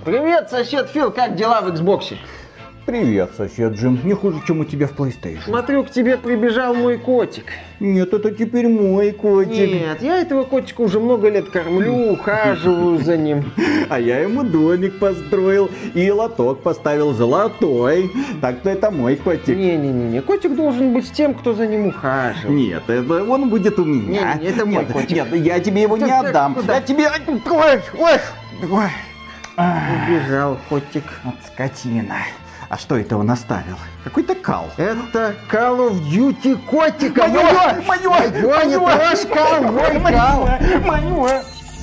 Привет, сосед Фил, как дела в Xbox? Привет, сосед Джим. Не хуже, чем у тебя в PlayStation. Смотрю, к тебе прибежал мой котик. Нет, это теперь мой котик. Нет, я этого котика уже много лет кормлю, ухаживаю за ним. А я ему домик построил и лоток поставил золотой. Так-то это мой котик. Не-не-не, котик должен быть с тем, кто за ним ухаживает. Нет, это он будет у меня. Не, это мой котик. Нет, я тебе его не отдам. Куда? Я тебе... Ой. Убежал котик. Вот скотина. А что это он оставил? Какой-то кал. Это Call of Duty котика. Моё! Не трожь кал, мой кал. Моё!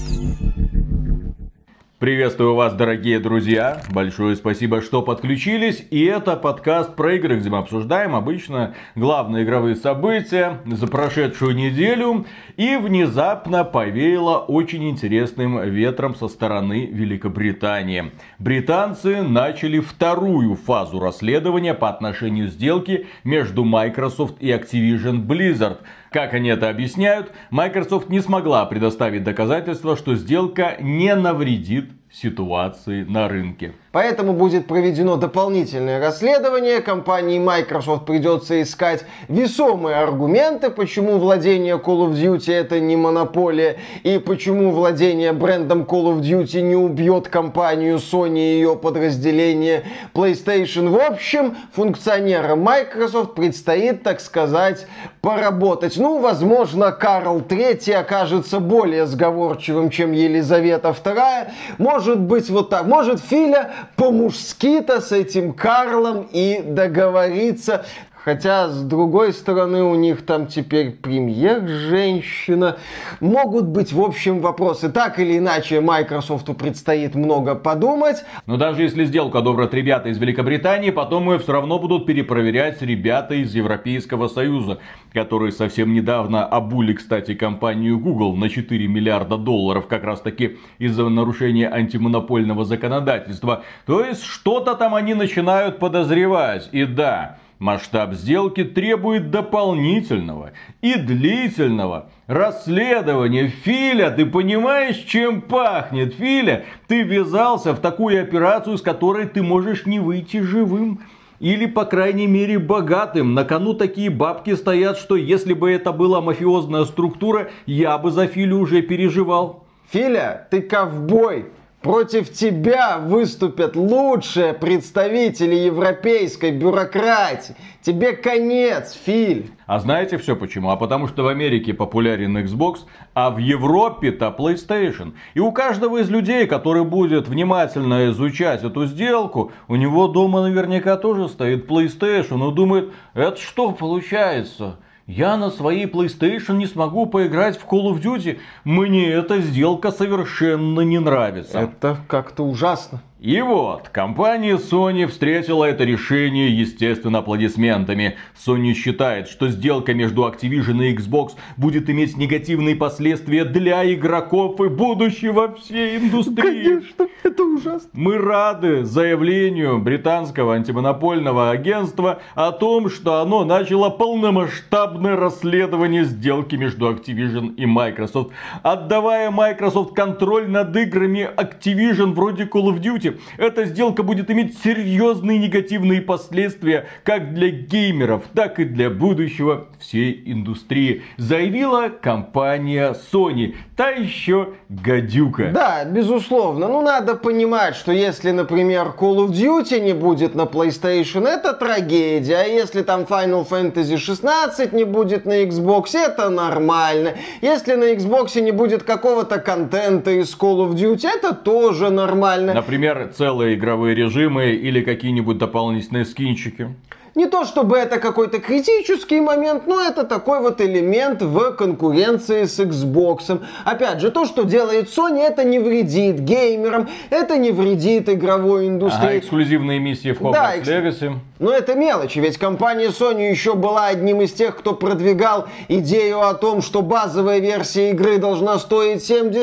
Приветствую вас, дорогие друзья. Большое спасибо, что подключились. И это подкаст про игры, где мы обсуждаем обычно главные игровые события за прошедшую неделю. И внезапно повеяло очень интересным ветром со стороны Великобритании. Британцы начали вторую фазу расследования по отношению к сделке между Microsoft и Activision Blizzard. Как они это объясняют, Microsoft не смогла предоставить доказательства, что сделка не навредит ситуации на рынке. Поэтому будет проведено дополнительное расследование. Компании Microsoft придется искать весомые аргументы, почему владение Call of Duty это не монополия, и почему владение брендом Call of Duty не убьет компанию Sony и ее подразделение PlayStation. В общем, функционерам Microsoft предстоит, так сказать, поработать. Ну, возможно, Карл III окажется более сговорчивым, чем Елизавета II. Может быть, вот так. Может, Филя по-мужски-то с этим Карлом и договориться. Хотя, с другой стороны, у них там теперь премьер-женщина. Могут быть, в общем, вопросы. Так или иначе, Microsoft предстоит много подумать. Но даже если сделку одобрят ребята из Великобритании, потом ее все равно будут перепроверять ребята из Европейского Союза, которые совсем недавно обули, кстати, компанию Google на 4 миллиарда долларов, как раз таки из-за нарушения антимонопольного законодательства. То есть, что-то там они начинают подозревать. И да, масштаб сделки требует дополнительного и длительного расследования. Филя, ты понимаешь, чем пахнет? Филя, ты ввязался в такую операцию, с которой ты можешь не выйти живым. Или, по крайней мере, богатым. На кону такие бабки стоят, что если бы это была мафиозная структура, я бы за Филю уже переживал. Филя, ты ковбой. Против тебя выступят лучшие представители европейской бюрократии. Тебе конец, Филь. А знаете все почему? А потому что в Америке популярен Xbox, а в Европе-то PlayStation. И у каждого из людей, который будет внимательно изучать эту сделку, у него дома наверняка тоже стоит PlayStation. И думает, это что получается? Я на своей PlayStation не смогу поиграть в Call of Duty. Мне эта сделка совершенно не нравится. Это как-то ужасно. И вот, компания Sony встретила это решение, естественно, аплодисментами. Sony считает, что сделка между Activision и Xbox будет иметь негативные последствия для игроков и будущего всей индустрии. Конечно, это ужасно. Мы рады заявлению британского антимонопольного агентства о том, что оно начало полномасштабное расследование сделки между Activision и Microsoft, отдавая Microsoft контроль над играми Activision вроде Call of Duty. Эта сделка будет иметь серьезные негативные последствия как для геймеров, так и для будущего всей индустрии, заявила компания Sony. Та еще гадюка. Да, безусловно. Ну, надо понимать, что если, например, Call of Duty не будет на PlayStation, это трагедия. А если там Final Fantasy 16 не будет на Xbox, это нормально. Если на Xbox не будет какого-то контента из Call of Duty, это тоже нормально. Например, целые игровые режимы или какие-нибудь дополнительные скинчики. Не то чтобы это какой-то критический момент, но это такой вот элемент в конкуренции с Xbox. Опять же, то, что делает Sony, это не вредит геймерам, это не вредит игровой индустрии. Ага, эксклюзивные миссии в Hogwarts Legacy. Но это мелочи, ведь компания Sony еще была одним из тех, кто продвигал идею о том, что базовая версия игры должна стоить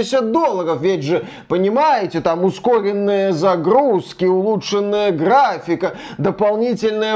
$70. Ведь же, понимаете, там ускоренные загрузки, улучшенная графика, дополнительное производство,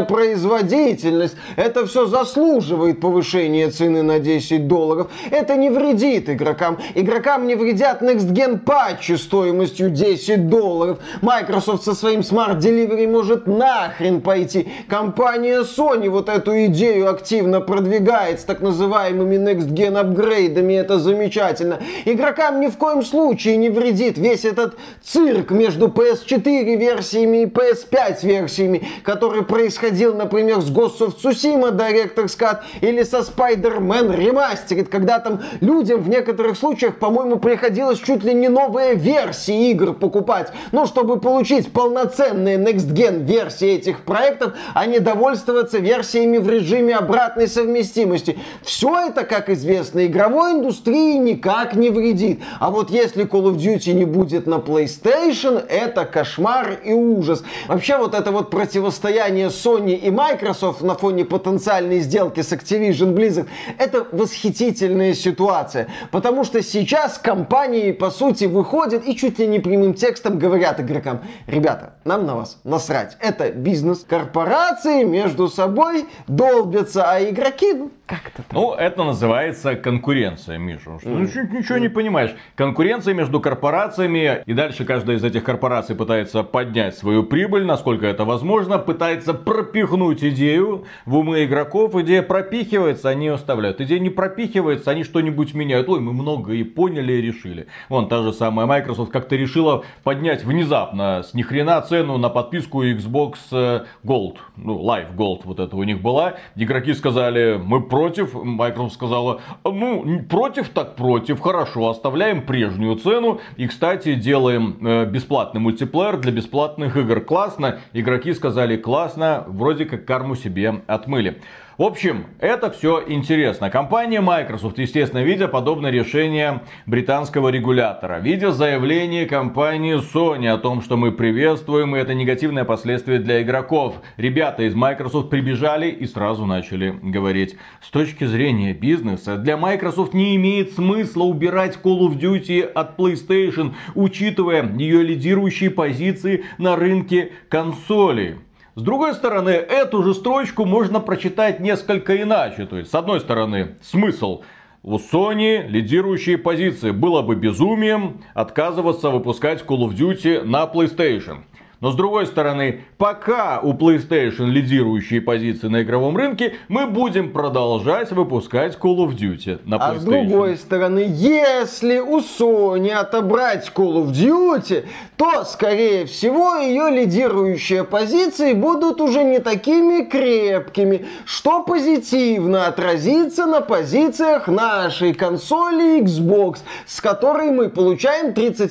производительность. Это все заслуживает повышения цены на $10. Это не вредит игрокам. Игрокам не вредят Next Gen патчи стоимостью $10. Microsoft со своим Smart Delivery может нахрен пойти. Компания Sony вот эту идею активно продвигает с так называемыми Next Gen апгрейдами. Это замечательно. Игрокам ни в коем случае не вредит весь этот цирк между PS4 версиями и PS5 версиями, который происходил, например, с Ghost of Tsushima Director's Cut или со Spider-Man Remastered, когда там людям в некоторых случаях, по-моему, приходилось чуть ли не новые версии игр покупать, ну, чтобы получить полноценные Next Gen версии этих проектов, а не довольствоваться версиями в режиме обратной совместимости. Все это, как известно, игровой индустрии никак не вредит. А вот если Call of Duty не будет на PlayStation, это кошмар и ужас. Вообще вот это вот противостояние Sony и Microsoft на фоне потенциальной сделки с Activision Blizzard, это восхитительная ситуация. Потому что сейчас компании, по сути, выходят и чуть ли не прямым текстом говорят игрокам: ребята, нам на вас насрать. Это бизнес. Корпорации между собой долбятся, а игроки, ну, как-то так. Ну, это называется конкуренция, Миша. Ничего не понимаешь. Конкуренция между корпорациями, и дальше каждая из этих корпораций пытается поднять свою прибыль, насколько это возможно, пытается пропихнуть идею в умы игроков. Идея пропихивается, они ее оставляют. Идея не пропихивается, они что-нибудь меняют. Ой, мы много и поняли, и решили. Вон, та же самая Microsoft как-то решила поднять внезапно с нихрена цену на подписку Xbox Gold. Ну, Live Gold вот это у них была. Игроки сказали: мы против. Microsoft сказала: ну, против так против. Хорошо, оставляем прежнюю цену. И, кстати, делаем бесплатный мультиплеер для бесплатных игр. Классно. Игроки сказали: классно. Вроде как карму себе отмыли. В общем, это все интересно. Компания Microsoft, естественно, видя подобное решение британского регулятора, видя заявление компании Sony о том, что мы приветствуем, и это негативное последствие для игроков, ребята из Microsoft прибежали и сразу начали говорить: с точки зрения бизнеса, для Microsoft не имеет смысла убирать Call of Duty от PlayStation, учитывая ее лидирующие позиции на рынке консолей. С другой стороны, эту же строчку можно прочитать несколько иначе. То есть, с одной стороны, смысл: у Sony лидирующие позиции. Было бы безумием отказываться выпускать Call of Duty на PlayStation. Но с другой стороны, пока у PlayStation лидирующие позиции на игровом рынке, мы будем продолжать выпускать Call of Duty на PlayStation. А с другой стороны, если у Sony отобрать Call of Duty, то, скорее всего, ее лидирующие позиции будут уже не такими крепкими, что позитивно отразится на позициях нашей консоли Xbox, с которой мы получаем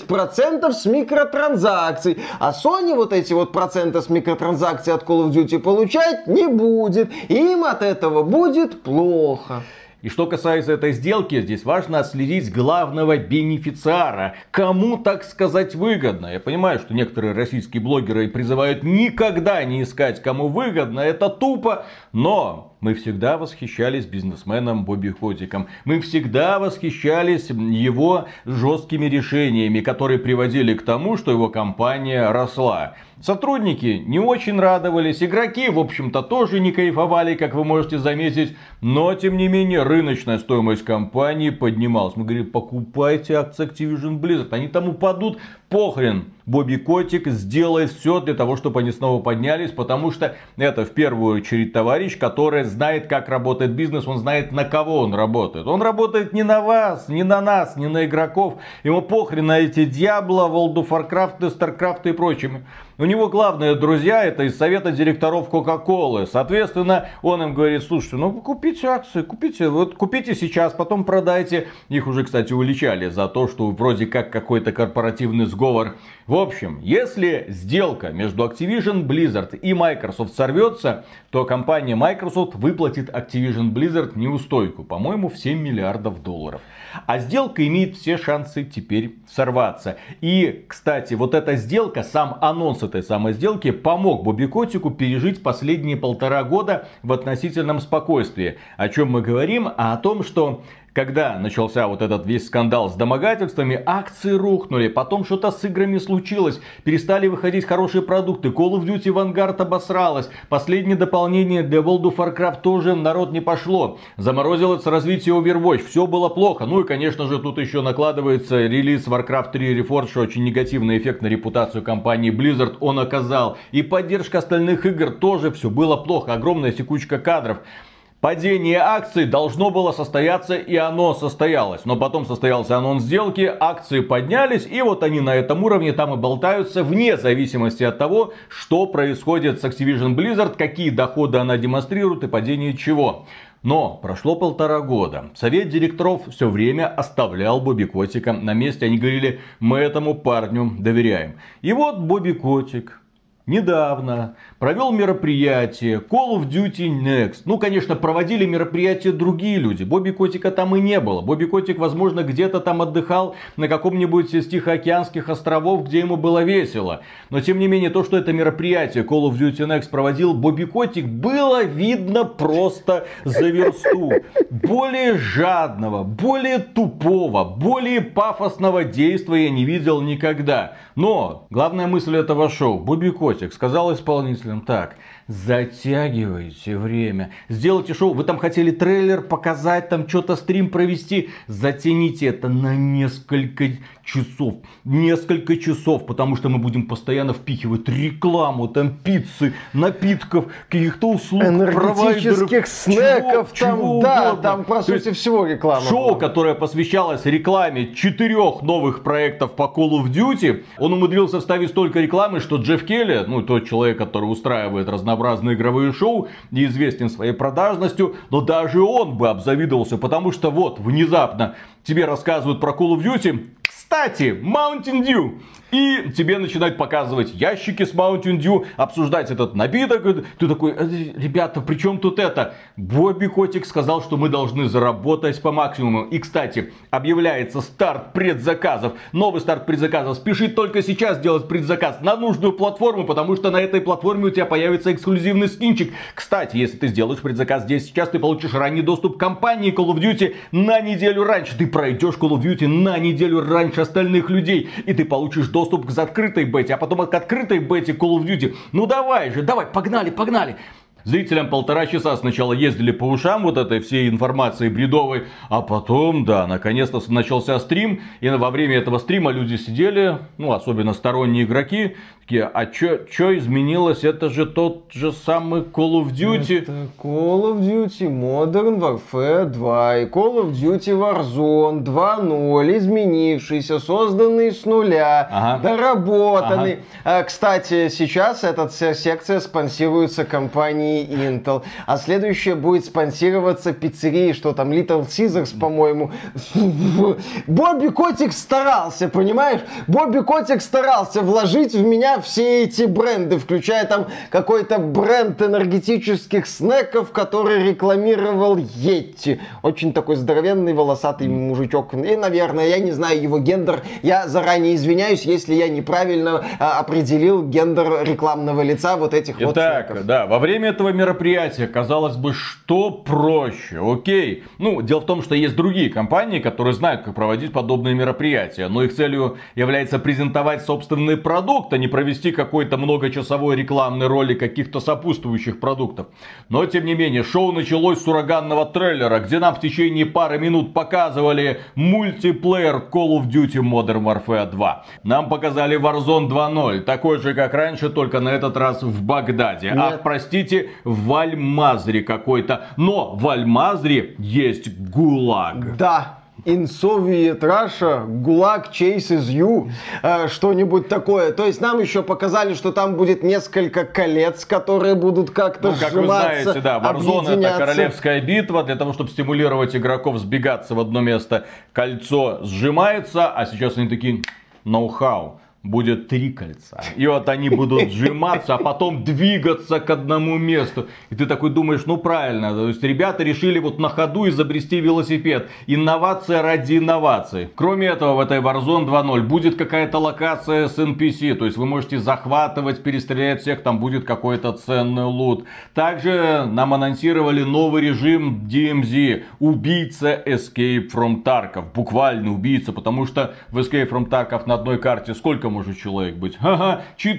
30% с микротранзакций, а Sony вот эти вот проценты с микротранзакций от Call of Duty получать не будет. И им от этого будет плохо. И что касается этой сделки, здесь важно отследить главного бенефициара. Кому, так сказать, выгодно. Я понимаю, что некоторые российские блогеры призывают никогда не искать, кому выгодно. Это тупо. Но мы всегда восхищались бизнесменом Бобби Котиком. Мы всегда восхищались его жесткими решениями, которые приводили к тому, что его компания росла. Сотрудники не очень радовались, игроки, в общем-то, тоже не кайфовали, как вы можете заметить. Но, тем не менее, рыночная стоимость компании поднималась. Мы говорим: покупайте акции Activision Blizzard, они там упадут, похрен. Бобби Котик сделает все для того, чтобы они снова поднялись, потому что это в первую очередь товарищ, который знает, как работает бизнес, он знает, на кого он работает. Он работает не на вас, не на нас, не на игроков. Ему похрен на эти Diablo, World of Warcraft, StarCraft и прочими. У него главные друзья — это из совета директоров Coca-Cola. Соответственно, он им говорит: слушайте, ну купите акции, купите сейчас, потом продайте. Их уже, кстати, уличали за то, что вроде как какой-то корпоративный сговор. В общем, если сделка между Activision Blizzard и Microsoft сорвется, то компания Microsoft выплатит Activision Blizzard неустойку, по-моему, в $7 миллиардов. А сделка имеет все шансы теперь сорваться. И, кстати, вот эта сделка, сам анонс этой самой сделки помог Бобби Котику пережить последние 1,5 года в относительном спокойствии. О чем мы говорим? А о том, что Когда начался вот этот весь скандал с домогательствами, акции рухнули, потом что-то с играми случилось, перестали выходить хорошие продукты, Call of Duty Vanguard обосралась, последнее дополнение для World of Warcraft тоже народ не пошло, заморозилось развитие Overwatch, все было плохо. Ну и конечно же тут еще накладывается релиз Warcraft 3 Reforged, очень негативный эффект на репутацию компании Blizzard он оказал. И поддержка остальных игр тоже, все было плохо, огромная текучка кадров. Падение акций должно было состояться, и оно состоялось. Но потом состоялся анонс сделки, акции поднялись, и вот они на этом уровне там и болтаются, вне зависимости от того, что происходит с Activision Blizzard, какие доходы она демонстрирует и падение чего. Но прошло 1,5 года. Совет директоров все время оставлял Бобби Котика на месте. Они говорили, мы этому парню доверяем. И вот Бобби Котик недавно провел мероприятие Call of Duty Next. Ну, конечно, проводили мероприятие другие люди. Бобби Котика там и не было. Бобби Котик, возможно, где-то там отдыхал на каком-нибудь из Тихоокеанских островов, где ему было весело. Но, тем не менее, то, что это мероприятие Call of Duty Next проводил Бобби Котик, было видно просто за версту. Более жадного, более тупого, более пафосного действия я не видел никогда. Но главная мысль этого шоу. Бобби Котик сказал исполнителям: так, затягивайте время, сделайте шоу, вы там хотели трейлер показать, там что-то стрим провести, затяните это на несколько часов, потому что мы будем постоянно впихивать рекламу, там пиццы, напитков, каких-то услуг, энергетических снеков, там по сути всего реклама. Шоу, была. Которое посвящалось рекламе 4 новых проектов по Call of Duty, он умудрился вставить столько рекламы, что Джефф Келли, ну тот человек, который устраивает разнообразные игровые шоу, неизвестен своей продажностью, но даже он бы обзавидовался, потому что вот внезапно тебе рассказывают про Call of Duty. Кстати, Mountain Dew. И тебе начинают показывать ящики с Mountain Dew, обсуждать этот напиток. Ты такой, ребята, при чем тут это? Бобби Котик сказал, что мы должны заработать по максимуму. И, кстати, объявляется старт предзаказов. Новый старт предзаказов. Спеши только сейчас делать предзаказ на нужную платформу, потому что на этой платформе у тебя появится эксклюзивный скинчик. Кстати, если ты сделаешь предзаказ здесь сейчас, ты получишь ранний доступ к компании Call of Duty на неделю раньше. Ты пройдешь Call of Duty на неделю раньше остальных людей. И ты получишь доступ к закрытой бете, а потом к открытой бете Call of Duty. Ну давай, погнали. Зрителям 1,5 часа сначала ездили по ушам вот этой всей информации бредовой, а потом, да, наконец-то начался стрим, и во время этого стрима люди сидели, ну, особенно сторонние игроки, такие, а чё изменилось? Это же тот же самый Call of Duty. Это Call of Duty Modern Warfare 2 и Call of Duty Warzone 2.0, изменившийся, созданный с нуля, доработанный. Кстати, сейчас эта секция спонсируется компанией Intel, а следующая будет спонсироваться пиццерией, что там, Little Caesars, по-моему. Бобби Котик старался, понимаешь? Бобби Котик старался вложить в меня все эти бренды, включая там какой-то бренд энергетических снеков, который рекламировал Йетти. Очень такой здоровенный, волосатый мужичок. И, наверное, я не знаю его гендер. Я заранее извиняюсь, если я неправильно определил гендер рекламного лица вот этих вот снеков. Да, во время этого мероприятия, казалось бы, что проще, окей. Ну, дело в том, что есть другие компании, которые знают, как проводить подобные мероприятия, но их целью является презентовать собственный продукт, а не провести какой-то многочасовой рекламный ролик каких-то сопутствующих продуктов. Но, тем не менее, шоу началось с ураганного трейлера, где нам в течение пары минут показывали мультиплеер Call of Duty Modern Warfare 2. Нам показали Warzone 2.0, такой же, как раньше, только на этот раз в Багдаде. Нет. Ах, простите, в Аль-Мазре какой-то. Но в Аль-Мазре есть ГУЛАГ. Да. In Soviet Russia, ГУЛАГ chases you, что-нибудь такое. То есть нам еще показали, что там будет несколько колец, которые будут как-то сжиматься, как вы знаете, да, Warzone это королевская битва. Для того, чтобы стимулировать игроков сбегаться в одно место, кольцо сжимается, а сейчас они такие, ноу-хау. будет 3 кольца. И вот они будут сжиматься, а потом двигаться к одному месту. И ты такой думаешь, ну правильно, то есть ребята решили вот на ходу изобрести велосипед. Инновация ради инноваций. Кроме этого, в этой Warzone 2.0 будет какая-то локация с NPC, то есть вы можете захватывать, перестрелять всех, там будет какой-то ценный лут. Также нам анонсировали новый режим DMZ, убийца Escape from Tarkov. Буквально убийца, потому что в Escape from Tarkov на одной карте сколько может человек быть? Ага,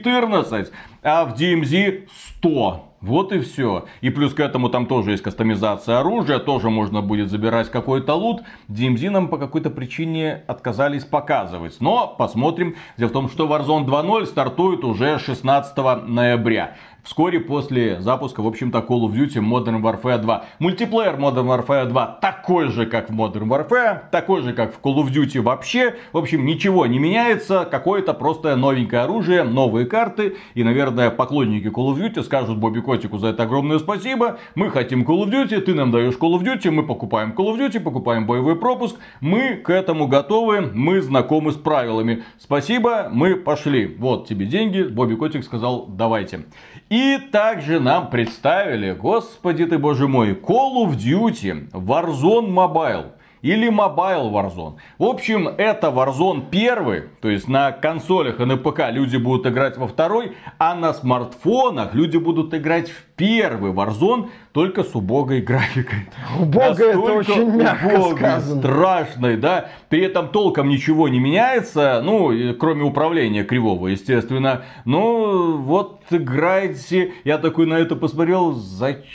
14, а в DMZ 100. Вот и все. И плюс к этому там тоже есть кастомизация оружия, тоже можно будет забирать какой-то лут. DMZ нам по какой-то причине отказались показывать. Но посмотрим. Дело в том, что Warzone 2.0 стартует уже 16 ноября. Вскоре после запуска, в общем-то, Call of Duty Modern Warfare 2. Мультиплеер Modern Warfare 2 такой же, как в Modern Warfare, такой же, как в Call of Duty вообще. В общем, ничего не меняется, какое-то просто новенькое оружие, новые карты. И, наверное, поклонники Call of Duty скажут Бобби Котику за это огромное спасибо. Мы хотим Call of Duty, ты нам даешь Call of Duty, мы покупаем Call of Duty, покупаем боевой пропуск. Мы к этому готовы, мы знакомы с правилами. Спасибо, мы пошли. Вот тебе деньги, Бобби Котик сказал, давайте. И также нам представили, господи ты боже мой, Call of Duty Warzone Mobile. Или Mobile Warzone. В общем, это Warzone 1, то есть на консолях и на ПК люди будут играть во второй, а на смартфонах люди будут играть в первый Warzone, только с убогой графикой. Убогой, это очень мягко сказано. Страшной, да. При этом толком ничего не меняется, ну, кроме управления кривого, естественно. Ну, вот играйте. Я такой на это посмотрел, зачем?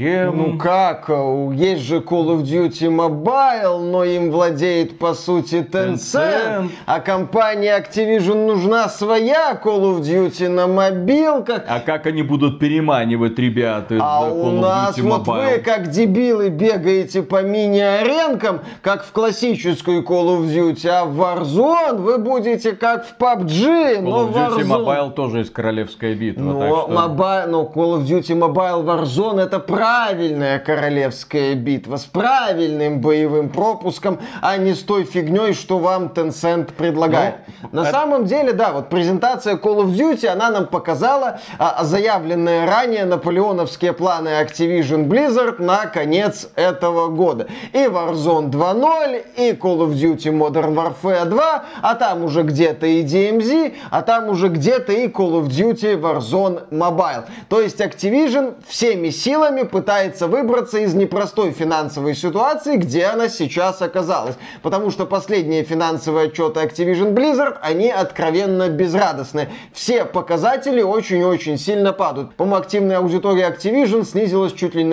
Ну как, есть же Call of Duty Mobile, но им владеет по сути Tencent, а компании Activision нужна своя Call of Duty на мобилках. А как они будут переманивать ребят из Call of Duty Mobile? А у нас вот вы как дебилы бегаете по мини-аренкам, как в классическую Call of Duty, а в Warzone вы будете как в PUBG. Call of Duty Mobile тоже есть королевская битва. Но Call of Duty Mobile Warzone это правильная королевская битва с правильным боевым пропуском, а не с той фигней, что вам Tencent предлагает. На самом деле, да, вот презентация Call of Duty, она нам показала заявленные ранее наполеоновские планы Activision Blizzard на конец этого года. И Warzone 2.0, и Call of Duty Modern Warfare 2, а там уже где-то и DMZ, а там уже где-то и Call of Duty Warzone Mobile. То есть Activision всеми силами пытается выбраться из непростой финансовой ситуации, где она сейчас оказалась. Потому что последние финансовые отчеты Activision Blizzard, они откровенно безрадостные. Все показатели очень-очень сильно падают. По-моему, активная аудитория Activision снизилась чуть ли на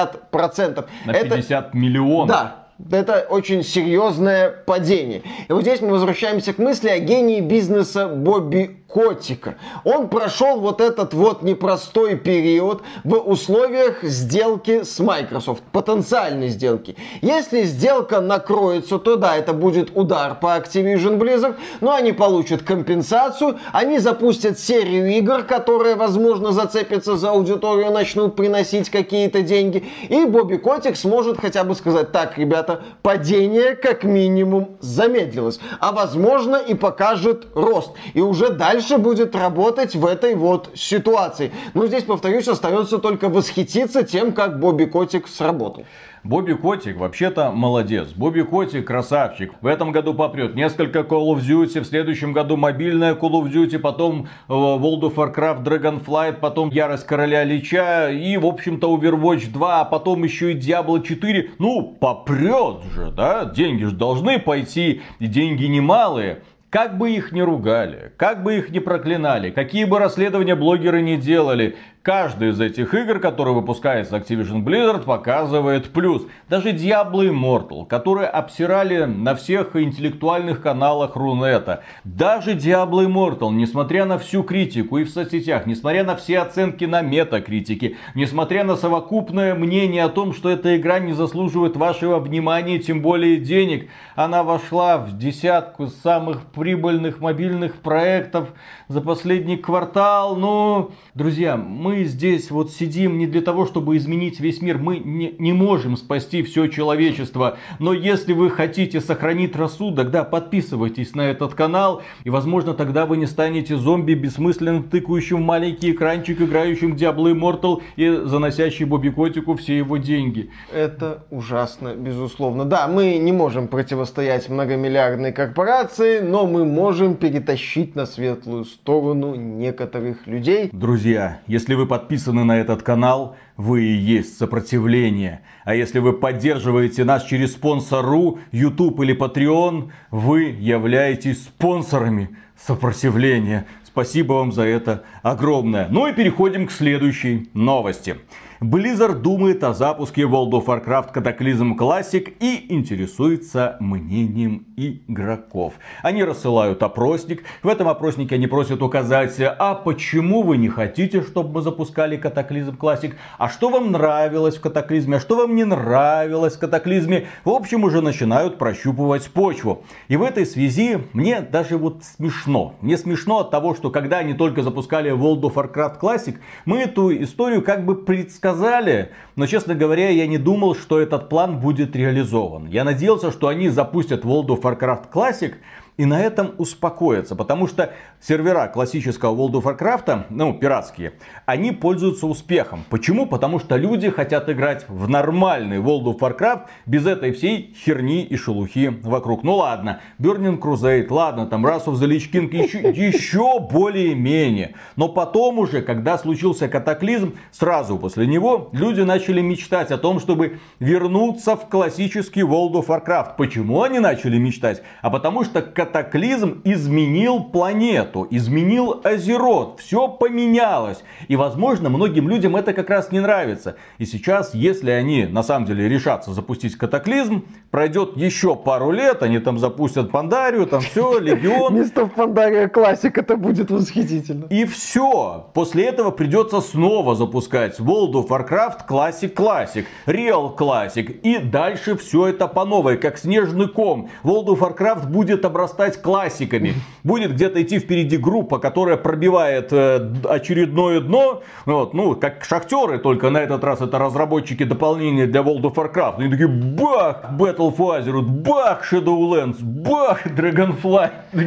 50%. На 50 миллионов. Да. Это очень серьезное падение. И вот здесь мы возвращаемся к мысли о гении бизнеса Бобби Котика. Он прошел вот этот вот непростой период в условиях сделки с Microsoft, потенциальной сделки. Если сделка накроется, то да, это будет удар по Activision Blizzard, но они получат компенсацию, они запустят серию игр, которые, возможно, зацепятся за аудиторию, начнут приносить какие-то деньги, и Бобби Котик сможет хотя бы сказать: так, ребята, падение как минимум замедлилось, а возможно и покажет рост. И уже дальше будет работать в этой вот ситуации. Но здесь, повторюсь, остается только восхититься тем, как Бобби Котик сработал. Бобби Котик вообще-то молодец. Бобби Котик красавчик. В этом году попрет несколько Call of Duty, в следующем году мобильная Call of Duty, потом World of Warcraft, Dragonflight, потом Ярость Короля Лича и, в общем-то, Overwatch 2, а потом еще и Diablo 4. Ну, попрет же, да? Деньги же должны пойти, и деньги немалые. Как бы их ни ругали, как бы их ни проклинали, какие бы расследования блогеры ни делали, каждая из этих игр, которые выпускается Activision Blizzard, показывает плюс. Даже Diablo Immortal, которые обсирали на всех интеллектуальных каналах Рунета. Даже Diablo Immortal, несмотря на всю критику и в соцсетях, несмотря на все оценки на метакритике, несмотря на совокупное мнение о том, что эта игра не заслуживает вашего внимания, тем более денег, она вошла в десятку самых прибыльных мобильных проектов за последний квартал. Ну, друзья, мы мы здесь вот сидим не для того, чтобы изменить весь мир. Мы не можем спасти все человечество. Но если вы хотите сохранить рассудок, да, подписывайтесь на этот канал. И, возможно, тогда вы не станете зомби, бессмысленно тыкающим в маленький экранчик, играющим в Diablo Immortal и заносящий Бобби Котику все его деньги. Это ужасно, безусловно. Да, мы не можем противостоять многомиллиардной корпорации, но мы можем перетащить на светлую сторону некоторых людей. Друзья, если вы подписаны на этот канал, вы и есть сопротивление. А если вы поддерживаете нас через спонсор.ру, YouTube или Patreon, вы являетесь спонсорами сопротивления. Спасибо вам за это огромное. Ну и переходим к следующей новости. Blizzard думает о запуске World of Warcraft Cataclysm Classic и интересуется мнением игроков. Они рассылают опросник. В этом опроснике они просят указать, а почему вы не хотите, чтобы мы запускали Cataclysm Classic? А что вам нравилось в Катаклизме? А что вам не нравилось в Катаклизме? В общем, уже начинают прощупывать почву. И в этой связи мне даже вот смешно. Мне смешно от того, что когда они только запускали World of Warcraft Classic, мы эту историю как бы предсказали. Но, честно говоря, я не думал, что этот план будет реализован. Я надеялся, что они запустят World of Warcraft Classic и на этом успокоятся. Потому что сервера классического World of Warcraft, ну, пиратские, они пользуются успехом. Почему? Потому что люди хотят играть в нормальный World of Warcraft без этой всей херни и шелухи вокруг. Ну ладно, Burning Crusade, ладно, там Wrath of the Lich King еще более-менее. Но потом уже, когда случился катаклизм, сразу после него люди начали мечтать о том, чтобы вернуться в классический World of Warcraft. Почему они начали мечтать? А потому что катаклизм изменил планету, изменил Азерот, все поменялось. И, возможно, многим людям это как раз не нравится. И сейчас, если они на самом деле решатся запустить катаклизм, пройдет еще пару лет, они там запустят Пандарию, там все, Легион. Вместо Пандария Classic, это будет восхитительно. И все. После этого придется снова запускать World of Warcraft Classic, Real Classic. И дальше все это по новой, как снежный ком. World of Warcraft будет обрастать классиками. Будет где-то идти впереди группа, которая пробивает очередное дно. Вот, ну, как шахтеры, только на этот раз это разработчики дополнения для World of Warcraft. Они такие, бах, Battle for Azeroth, бах, Shadowlands, бах, Dragonflight.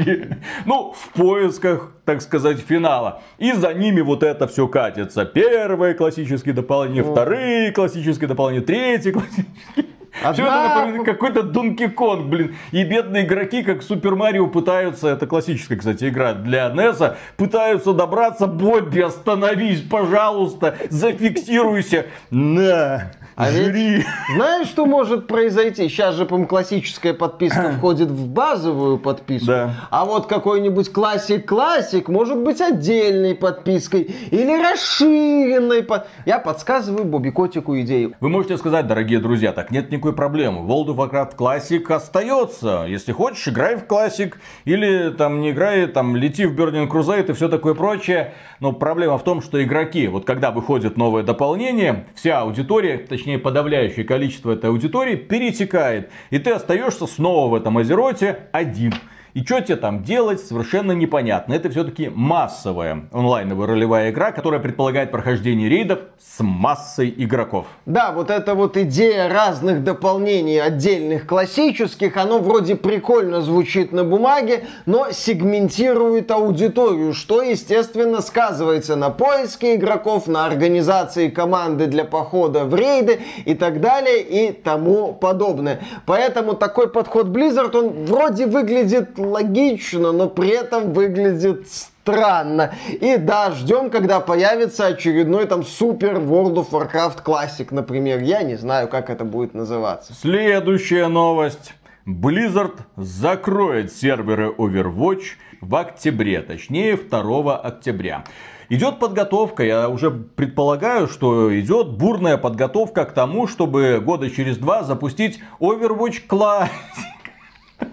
Ну, в поисках, так сказать, финала. И за ними вот это все катится. Первые классические дополнения, вторые классические дополнения, третьи классические. Все это напоминает какой-то Donkey Kong, блин. И бедные игроки, как Супер Марио, пытаются, это классическая, кстати, игра для NES, пытаются добраться. Бобби, остановись, пожалуйста, зафиксируйся. На, жри. Ведь, знаешь, что может произойти? Сейчас же, по-моему, классическая подписка входит в базовую подписку. Да. А вот какой-нибудь классик может быть отдельной подпиской или расширенной. Я подсказываю Бобби Котику идею. Вы можете сказать, дорогие друзья, так нет никакой проблемы. World of Warcraft Classic остается. Если хочешь, играй в Classic. Или там не играй, там лети в Burning Crusade и все такое прочее. Но проблема в том, что игроки, вот когда выходит новое дополнение, вся аудитория, точнее подавляющее количество этой аудитории перетекает. И ты остаешься снова в этом Азероте один. И что тебе там делать, совершенно непонятно. Это все-таки массовая онлайновая ролевая игра, которая предполагает прохождение рейдов с массой игроков. Да, вот эта вот идея разных дополнений, отдельных классических, оно вроде прикольно звучит на бумаге, но сегментирует аудиторию, что, естественно, сказывается на поиске игроков, на организации команды для похода в рейды и так далее и тому подобное. Поэтому такой подход Blizzard, он вроде выглядит логично, но при этом выглядит странно. И да, ждем, когда появится очередной там супер World of Warcraft Classic, например. Я не знаю, как это будет называться. Следующая новость. Blizzard закроет серверы Overwatch в октябре, точнее 2 октября. Идет подготовка, я уже предполагаю, что идет бурная подготовка к тому, чтобы года через 2 запустить Overwatch Classic.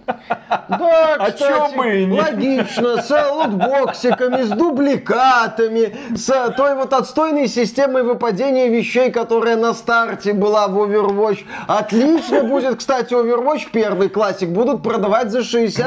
Да, А кстати, чё бы и нет? логично, с лутбоксиками, с дубликатами, с той вот отстойной системой выпадения вещей, которая на старте была в Overwatch. Отлично будет, кстати, Overwatch первый классик будут продавать за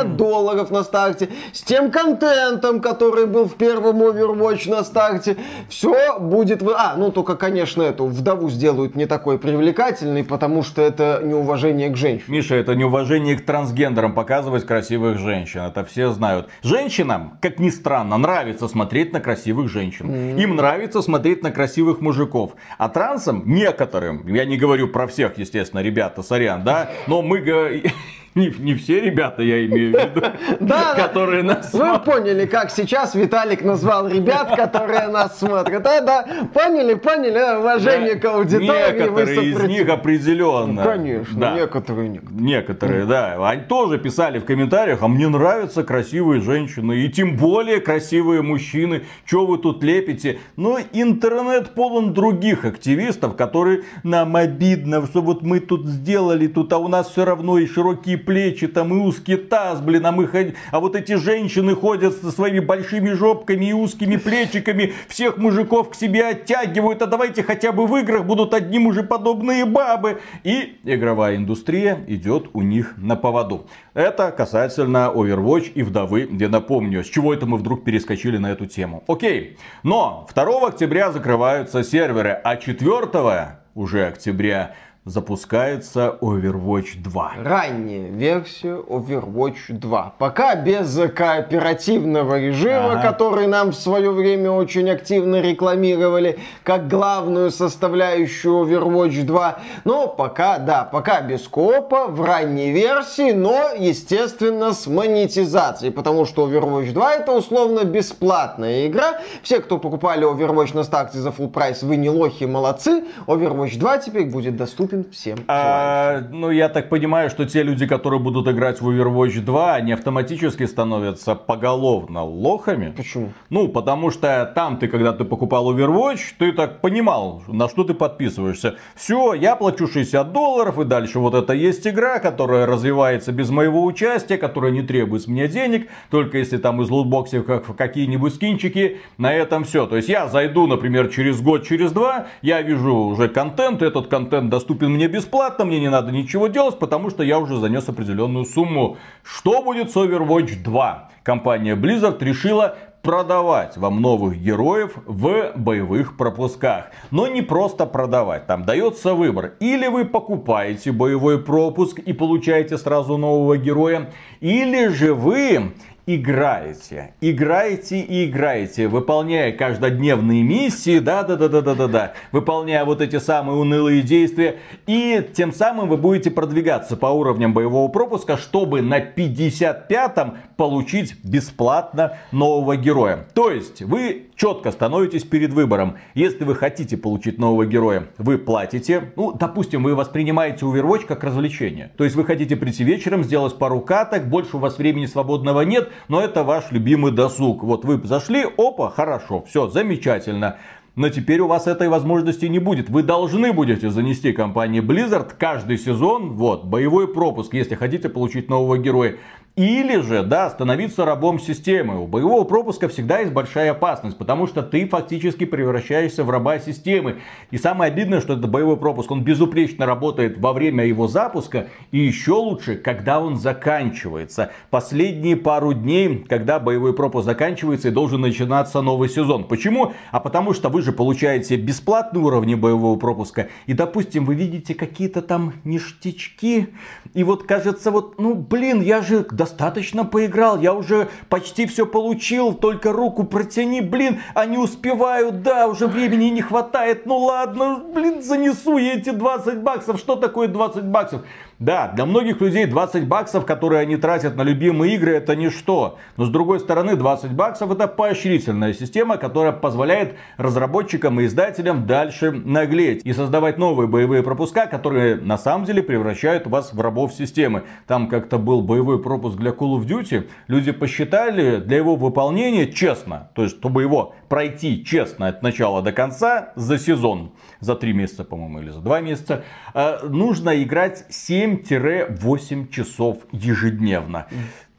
$60 на старте. С тем контентом, который был в первом Overwatch на старте. Все будет... ну только, конечно, эту вдову сделают не такой привлекательной, потому что это неуважение к женщинам. Миша, это неуважение к трансгендерам показывать красивых женщин. Это все знают. Женщинам, как ни странно, нравится смотреть на красивых женщин. Им нравится смотреть на красивых мужиков. А трансам, некоторым, я не говорю про всех, естественно, ребята, сорян, да, но мы говорим... Не все ребята, я имею в виду, которые нас смотрят. Вы поняли, как сейчас Виталик назвал ребят, которые нас смотрят. Да, поняли, уважение к аудитории. Некоторые из них определенно. Конечно, некоторые. Некоторые, да. Они тоже писали в комментариях, а мне нравятся красивые женщины, и тем более красивые мужчины. Чё вы тут лепите? Но интернет полон других активистов, которые нам обидно, что вот мы тут сделали, а у нас все равно и широкие плечи, там и узкий таз, а вот эти женщины ходят со своими большими жопками и узкими плечиками, всех мужиков к себе оттягивают, а давайте хотя бы в играх будут одни мужеподобные бабы. И игровая индустрия идет у них на поводу. Это касательно Overwatch и вдовы, где напомню, с чего это мы вдруг перескочили на эту тему. Окей, но 2 октября закрываются серверы, а 4 уже октября запускается Overwatch 2. Ранняя версия Overwatch 2. Пока без кооперативного режима, который нам в свое время очень активно рекламировали как главную составляющую Overwatch 2. Но пока без коопа в ранней версии, но, естественно, с монетизацией. Потому что Overwatch 2 это условно бесплатная игра. Все, кто покупали Overwatch на старте за full прайс, вы не лохи, молодцы. Overwatch 2 теперь будет доступен всем. Я так понимаю, что те люди, которые будут играть в Overwatch 2, они автоматически становятся поголовно лохами. Почему? Потому что там когда ты покупал Overwatch, ты так понимал, на что ты подписываешься. Все, я плачу $60, и дальше вот это есть игра, которая развивается без моего участия, которая не требует с меня денег, только если там из лутбоксов какие-нибудь скинчики, на этом все. То есть я зайду, например, через год, через 2, я вижу уже контент, этот контент доступен мне бесплатно, мне не надо ничего делать, потому что я уже занес определенную сумму. Что будет с Overwatch 2? Компания Blizzard решила продавать вам новых героев в боевых пропусках. Но не просто продавать, там дается выбор. Или вы покупаете боевой пропуск и получаете сразу нового героя, или же вы играете, выполняя каждодневные миссии, выполняя вот эти самые унылые действия, и тем самым вы будете продвигаться по уровням боевого пропуска, чтобы на 55-м получить бесплатно нового героя. То есть вы четко становитесь перед выбором. Если вы хотите получить нового героя, вы платите. Допустим, вы воспринимаете Overwatch как развлечение. То есть вы хотите прийти вечером, сделать пару каток, больше у вас времени свободного нет, но это ваш любимый досуг. Вот вы зашли, опа, хорошо, все, замечательно. Но теперь у вас этой возможности не будет. Вы должны будете занести компании Blizzard каждый сезон, боевой пропуск, если хотите получить нового героя. Или же, становиться рабом системы. У боевого пропуска всегда есть большая опасность, потому что ты фактически превращаешься в раба системы. И самое обидное, что этот боевой пропуск, он безупречно работает во время его запуска, и еще лучше, когда он заканчивается. Последние пару дней, когда боевой пропуск заканчивается и должен начинаться новый сезон. Почему? Потому что вы же получаете бесплатные уровни боевого пропуска, и, допустим, вы видите какие-то там ништячки, и кажется, я же достаточно поиграл, я уже почти все получил, только руку протяни, а не успеваю, уже времени не хватает, ладно, занесу я эти $20, что такое $20? Да, для многих людей $20, которые они тратят на любимые игры, это ничто. Но с другой стороны, $20 это поощрительная система, которая позволяет разработчикам и издателям дальше наглеть и создавать новые боевые пропуска, которые на самом деле превращают вас в рабов системы. Там как-то был боевой пропуск для Call of Duty, люди посчитали для его выполнения честно, то есть чтобы его пройти честно от начала до конца за сезон, за 3 месяца, по-моему, или за 2 месяца, нужно играть 7-8 часов ежедневно.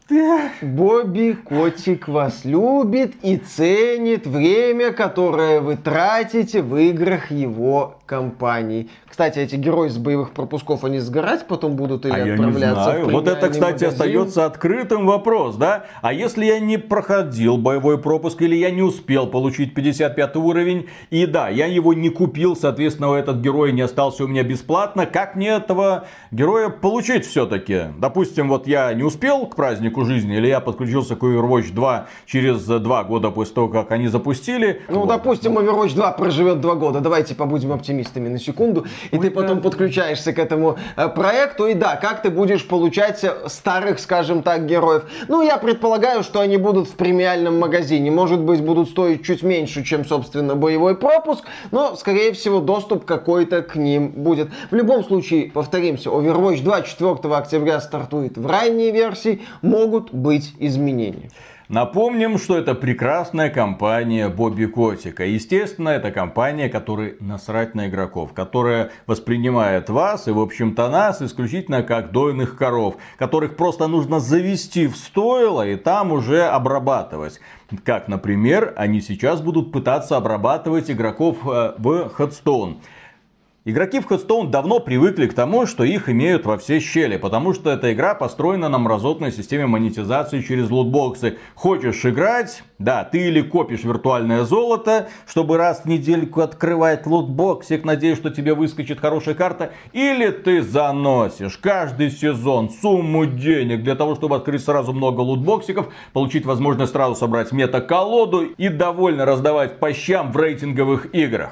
Бобби Котик вас любит и ценит время, которое вы тратите в играх его компании. Кстати, эти герои с боевых пропусков, они сгорать потом будут или отправляться я не знаю. в Вот это, кстати, магазин? остается открытым вопрос, да? А если я не проходил боевой пропуск или я не успел получить 55 уровень, и да, я его не купил, соответственно, этот герой не остался у меня бесплатно, как мне этого героя получить все-таки? Допустим, вот я не успел к празднику жизни, или я подключился к Overwatch 2 через 2 года после того, как они запустили. Ну, вот. допустим, Overwatch 2 проживет 2 года. Давайте побудем оптимистами на секунду. И ты потом подключаешься к этому проекту. И да, как ты будешь получать старых, скажем так, героев? Ну, я предполагаю, что они будут в премиальном магазине. Может быть, будут стоить чуть меньше, чем, собственно, боевой пропуск. Но, скорее всего, доступ какой-то к ним будет. В любом случае, повторимся, Overwatch 2 4 октября стартует в ранней версии. Могут быть изменения. Напомним, что это прекрасная компания Бобби Котика. Естественно, это компания, которой насрать на игроков, которая воспринимает вас и, в общем-то, нас исключительно как дойных коров, которых просто нужно завести в стойло и там уже обрабатывать. Как, например, они сейчас будут пытаться обрабатывать игроков в Hearthstone. Игроки в Hearthstone давно привыкли к тому, что их имеют во все щели, потому что эта игра построена на мразотной системе монетизации через лутбоксы. Хочешь играть? Да, ты или копишь виртуальное золото, чтобы раз в недельку открывать лутбоксик, надеясь, что тебе выскочит хорошая карта, или ты заносишь каждый сезон сумму денег для того, чтобы открыть сразу много лутбоксиков, получить возможность сразу собрать мета-колоду и довольно раздавать по щам в рейтинговых играх.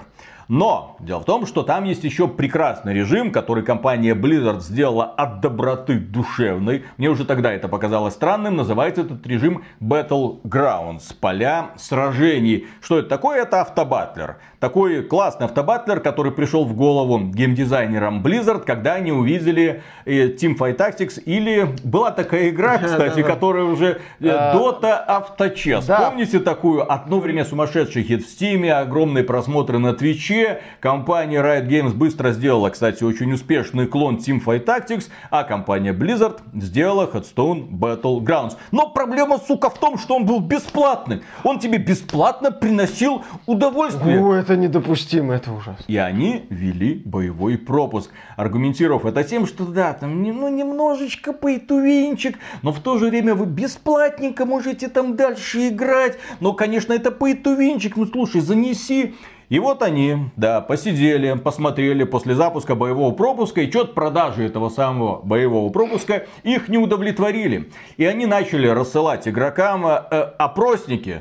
Но дело в том, что там есть еще прекрасный режим, который компания Blizzard сделала от доброты душевной. Мне уже тогда это показалось странным. Называется этот режим Battlegrounds. Поля сражений. Что это такое? Это автобатлер. Такой классный автобатлер, который пришел в голову геймдизайнерам Blizzard, когда они увидели Teamfight Tactics. Или была такая игра, кстати, которая уже Dota Авточес. Помните такую? Одно время сумасшедший хит в Steam, огромные просмотры на Twitch. Компания Riot Games быстро сделала, кстати, очень успешный клон Teamfight Tactics, а компания Blizzard сделала Hearthstone Battlegrounds. Но проблема, сука, в том, что он был бесплатный. Он тебе бесплатно приносил удовольствие. О, это недопустимо, это ужасно. И они ввели боевой пропуск, аргументировав это тем, что да, там немножечко пейтувинчик, но в то же время вы бесплатненько можете там дальше играть. Но, конечно, это пейтувинчик, ну слушай, занеси. И вот они, да, посидели, посмотрели после запуска боевого пропуска, и что-то продажи этого самого боевого пропуска их не удовлетворили. И они начали рассылать игрокам опросники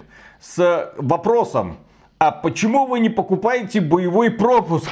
с вопросом: а почему вы не покупаете боевой пропуск?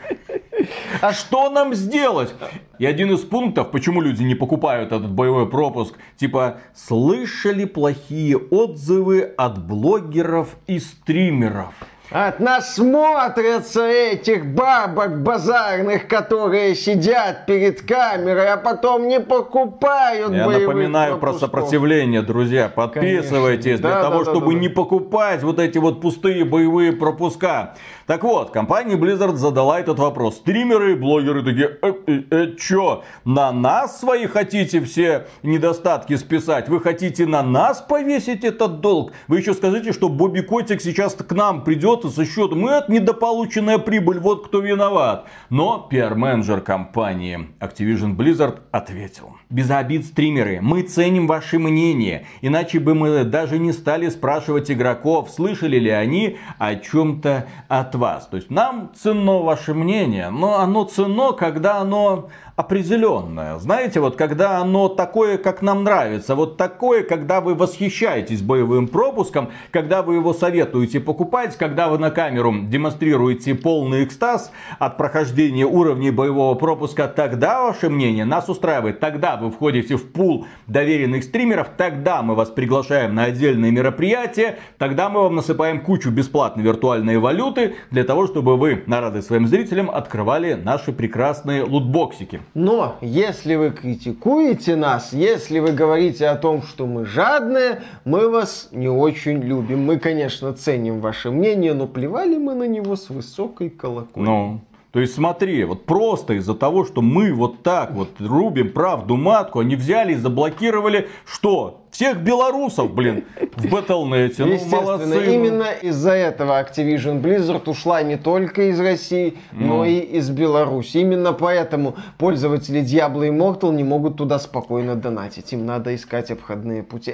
А что нам сделать? И один из пунктов, почему люди не покупают этот боевой пропуск, типа, слышали плохие отзывы от блогеров и стримеров. От насмотрятся этих бабок базарных, которые сидят перед камерой, а потом не покупают Я боевых напоминаю пропусков. про сопротивление, друзья. Подписывайтесь для того, чтобы не покупать вот эти вот пустые боевые пропуска. Так вот, компания Blizzard задала этот вопрос. Стримеры и блогеры такие: чё, на нас свои хотите все недостатки списать? Вы хотите на нас повесить этот долг? Вы еще скажите, что Бобби Котик сейчас к нам придет за счет недополученная прибыль, вот кто виноват. Но пиар-менеджер компании Activision Blizzard ответил: без обид, стримеры, мы ценим ваше мнение, иначе бы мы даже не стали спрашивать игроков, слышали ли они о чем-то от вас. То есть нам ценно ваше мнение, но оно ценно, когда оно определенное. Знаете, вот когда оно такое, как нам нравится, вот такое, когда вы восхищаетесь боевым пропуском, когда вы его советуете покупать, когда вы на камеру демонстрируете полный экстаз от прохождения уровней боевого пропуска, тогда ваше мнение нас устраивает, тогда вы входите в пул доверенных стримеров, тогда мы вас приглашаем на отдельные мероприятия, тогда мы вам насыпаем кучу бесплатной виртуальной валюты для того, чтобы вы на радость своим зрителям открывали наши прекрасные лутбоксики. Но если вы критикуете нас, если вы говорите о том, что мы жадные, мы вас не очень любим. Мы, конечно, ценим ваше мнение, но плевали мы на него с высокой колокольни. Ну, то есть смотри, вот просто из-за того, что мы вот так вот рубим правду матку, они взяли и заблокировали что? Всех белорусов, блин, в Battle.net. Ну, молодцы. Именно из-за этого Activision Blizzard ушла не только из России, но и из Беларуси. Именно поэтому пользователи Diablo Immortal не могут туда спокойно донатить. Им надо искать обходные пути.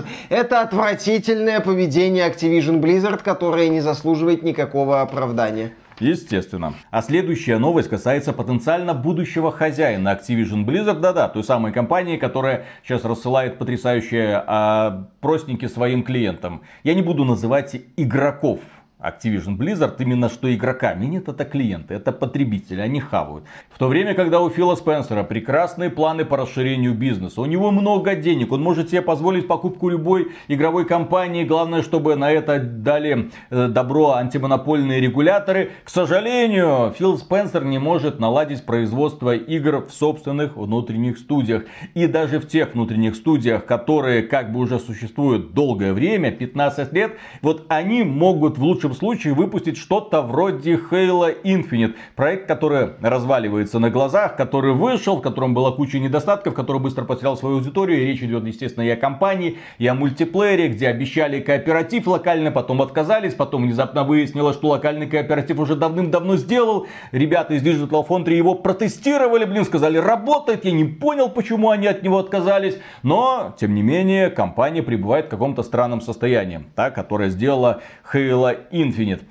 Это отвратительное поведение Activision Blizzard, которое не заслуживает никакого оправдания. Естественно. А следующая новость касается потенциально будущего хозяина Activision Blizzard. Да-да, той самой компании, которая сейчас рассылает потрясающие простеньки своим клиентам. Я не буду называть игроков Activision Blizzard именно что игроками. Нет, это клиенты, это потребители, они хавают. В то время, когда у Фила Спенсера прекрасные планы по расширению бизнеса, у него много денег, он может себе позволить покупку любой игровой компании. Главное, чтобы на это дали добро антимонопольные регуляторы. К сожалению, Фил Спенсер не может наладить производство игр в собственных внутренних студиях. И даже в тех внутренних студиях, которые как бы уже существуют долгое время, 15 лет, вот они могут в лучшем случае выпустить что-то вроде Halo Infinite. Проект, который разваливается на глазах, который вышел, в котором была куча недостатков, который быстро потерял свою аудиторию. И речь идет, естественно, и о кампании, и о мультиплеере, где обещали кооператив локально, потом отказались, потом внезапно выяснилось, что локальный кооператив уже давным-давно сделал. Ребята из Digital Foundry его протестировали, сказали, работает. Я не понял, почему они от него отказались. Но, тем не менее, компания пребывает в каком-то странном состоянии, та, которая сделала Halo Infinite.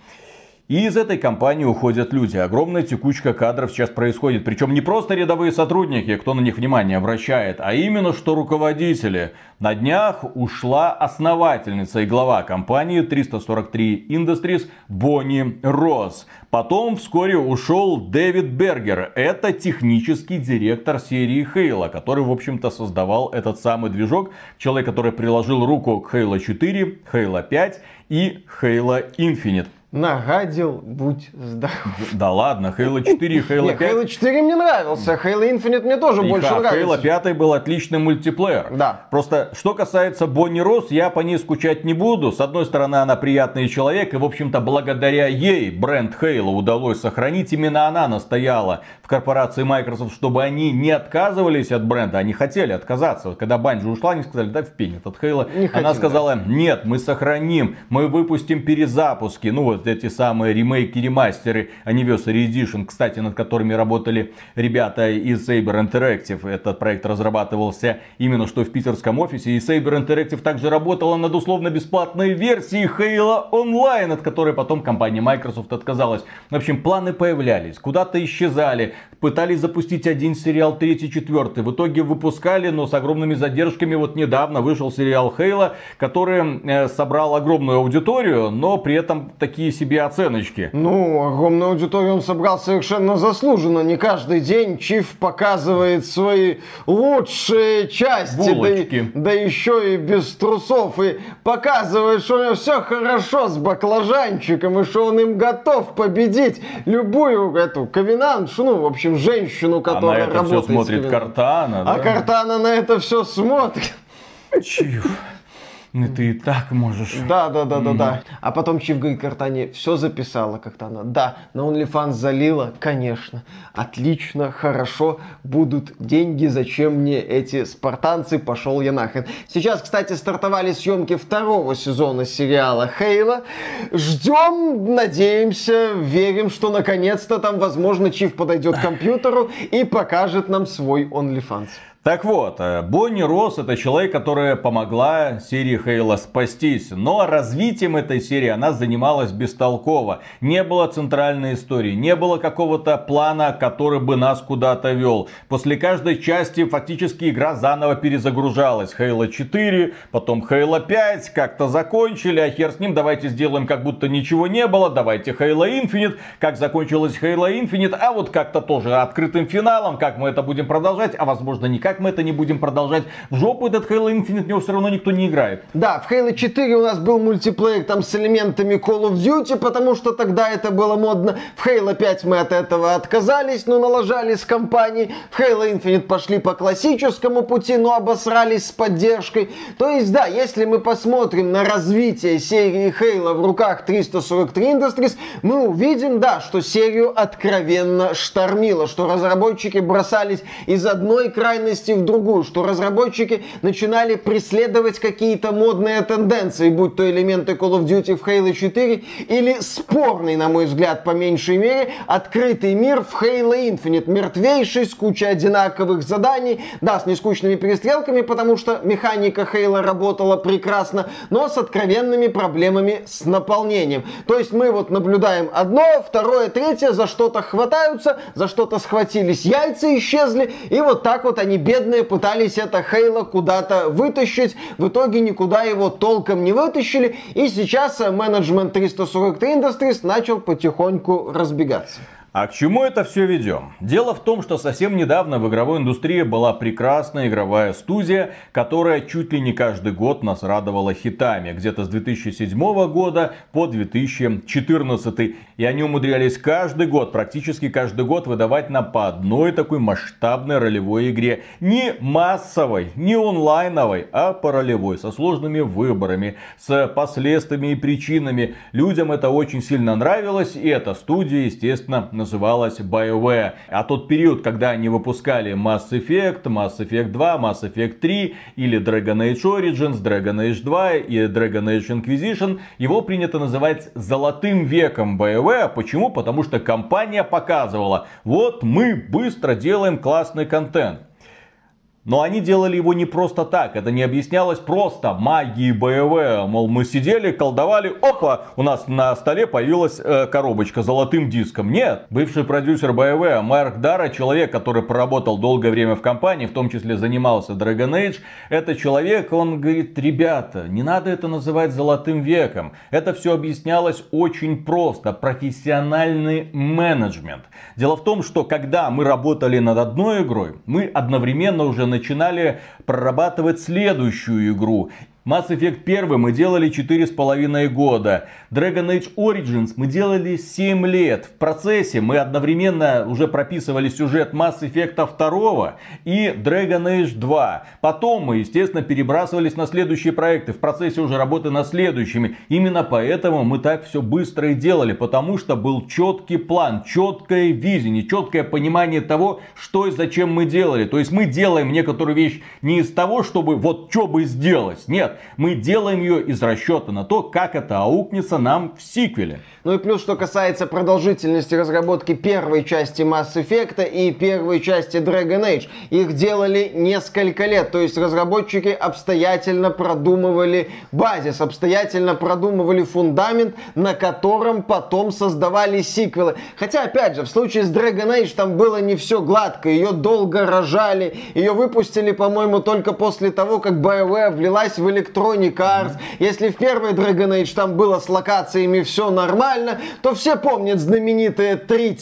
И из этой компании уходят люди. Огромная текучка кадров сейчас происходит. Причем не просто рядовые сотрудники, кто на них внимание обращает, а именно что руководители. На днях ушла основательница и глава компании 343 Industries Бонни Росс. Потом вскоре ушел Дэвид Бергер. Это технический директор серии Halo, который, в общем-то, создавал этот самый движок. Человек, который приложил руку к Halo 4, Halo 5 и Halo Infinite. Нагадил, будь здоров. Да ладно, Halo 4 и Halo 5. Halo 4 мне нравился, Halo Infinite мне тоже больше нравится. Halo 5 был отличный мультиплеер. Да. Просто, что касается Бонни Росс, я по ней скучать не буду. С одной стороны, она приятный человек, и, в общем-то, благодаря ей бренд Halo удалось сохранить. Именно она настояла в корпорации Microsoft, чтобы они не отказывались от бренда. Они хотели отказаться. Когда Bungie ушла, они сказали, да в пень этот Halo. Она сказала, нет, мы сохраним, мы выпустим перезапуски. Ну вот эти самые ремейки, ремастеры, Anniversary Edition, кстати, над которыми работали ребята из Saber Interactive. Этот проект разрабатывался именно что в питерском офисе. И Saber Interactive также работала над условно-бесплатной версией Halo Online, от которой потом компания Microsoft отказалась. В общем, планы появлялись, куда-то исчезали. Пытались запустить один сериал, третий, четвертый. В итоге выпускали, но с огромными задержками. Вот недавно вышел сериал Halo, который собрал огромную аудиторию, но при этом такие себе оценочки. Ну, огромную аудиторию он собрал совершенно заслуженно. Не каждый день Чиф показывает свои лучшие части. Да еще и без трусов. И показывает, что у него все хорошо с баклажанчиком. И что он им готов победить любую эту ковенантшу. Ну, в общем, женщину, которая работает. А на это все смотрит Кортана. А Кортана на это все смотрит. Чиф. Ну ты и так можешь. Да. А потом Чиф говорит Кортане, все записала Кортана. Да, на OnlyFans залила, конечно. Отлично, хорошо, будут деньги, зачем мне эти спартанцы, пошел я нахрен. Сейчас, кстати, стартовали съемки второго сезона сериала Halo. Ждем, надеемся, верим, что наконец-то там, возможно, Чиф подойдет к компьютеру и покажет нам свой OnlyFans. Так вот, Бонни Росс это человек, которая помогла серии Halo спастись. Но развитием этой серии она занималась бестолково. Не было центральной истории, не было какого-то плана, который бы нас куда-то вел. После каждой части фактически игра заново перезагружалась. Halo 4, потом Halo 5, как-то закончили, а хер с ним, давайте сделаем как будто ничего не было. Давайте Halo Infinite, как закончилась Halo Infinite, а вот как-то тоже открытым финалом, как мы это будем продолжать, а возможно никак. как мы это не будем продолжать? В жопу этот Halo Infinite, в него все равно никто не играет. Да, в Halo 4 у нас был мультиплеер там с элементами Call of Duty, потому что тогда это было модно. В Halo 5 мы от этого отказались, но налажали с компанией. В Halo Infinite пошли по классическому пути, но обосрались с поддержкой. То есть, да, если мы посмотрим на развитие серии Halo в руках 343 Industries, мы увидим, да, что серию откровенно штормило, что разработчики бросались из одной крайности в другую, что разработчики начинали преследовать какие-то модные тенденции, будь то элементы Call of Duty в Halo 4 или спорный, на мой взгляд, по меньшей мере, открытый мир в Halo Infinite, мертвейший, с кучей одинаковых заданий, да, с нескучными перестрелками, потому что механика Halo работала прекрасно, но с откровенными проблемами с наполнением. То есть мы вот наблюдаем одно, второе, третье, за что-то хватаются, за что-то схватились, яйца исчезли, и вот так вот они, бедные, пытались это Halo куда-то вытащить, в итоге никуда его толком не вытащили, и сейчас менеджмент 343 Industries начал потихоньку разбегаться. А к чему это все ведем? Дело в том, что совсем недавно в игровой индустрии была прекрасная игровая студия, которая чуть ли не каждый год нас радовала хитами. Где-то с 2007 года по 2014. И они умудрялись каждый год, практически каждый год выдавать нам по одной такой масштабной ролевой игре. Не массовой, не онлайновой, а по ролевой. Со сложными выборами, с последствиями и причинами. Людям это очень сильно нравилось. И эта студия, естественно, называлась BioWare. А тот период, когда они выпускали Mass Effect, Mass Effect 2, Mass Effect 3 или Dragon Age Origins, Dragon Age 2 и Dragon Age Inquisition, его принято называть золотым веком BioWare. Почему? Потому что компания показывала, вот мы быстро делаем классный контент. Но они делали его не просто так, это не объяснялось просто магией BioWare. Мол, мы сидели, колдовали, опа, у нас на столе появилась коробочка с золотым диском. Нет, бывший продюсер BioWare Марк Дарра, человек, который проработал долгое время в компании, в том числе занимался Dragon Age, это человек, он говорит, ребята, не надо это называть золотым веком. Это все объяснялось очень просто, профессиональный менеджмент. Дело в том, что когда мы работали над одной игрой, мы одновременно уже начинали прорабатывать следующую игру. Mass Effect 1 мы делали 4,5 года. Dragon Age Origins мы делали 7 лет. В процессе мы одновременно уже прописывали сюжет Mass Effect 2 и Dragon Age 2. Потом мы, естественно, перебрасывались на следующие проекты. В процессе уже работы над следующими. Именно поэтому мы так все быстро и делали. Потому что был четкий план, четкое видение, четкое понимание того, что и зачем мы делали. То есть мы делаем некоторую вещь не из того, чтобы вот что бы сделать. Нет. Мы делаем ее из расчета на то, как это аукнется нам в сиквеле. Ну и плюс, что касается продолжительности разработки первой части Mass Effect и первой части Dragon Age. Их делали несколько лет. То есть разработчики обстоятельно продумывали базис, обстоятельно продумывали фундамент, на котором потом создавали сиквелы. Хотя, опять же, в случае с Dragon Age там было не все гладко. Ее долго рожали. Ее выпустили, по-моему, только после того, как BioWare влилась в Electronic Arts. Если в первой Dragon Age там было с локациями все нормально, то все помнят знаменитые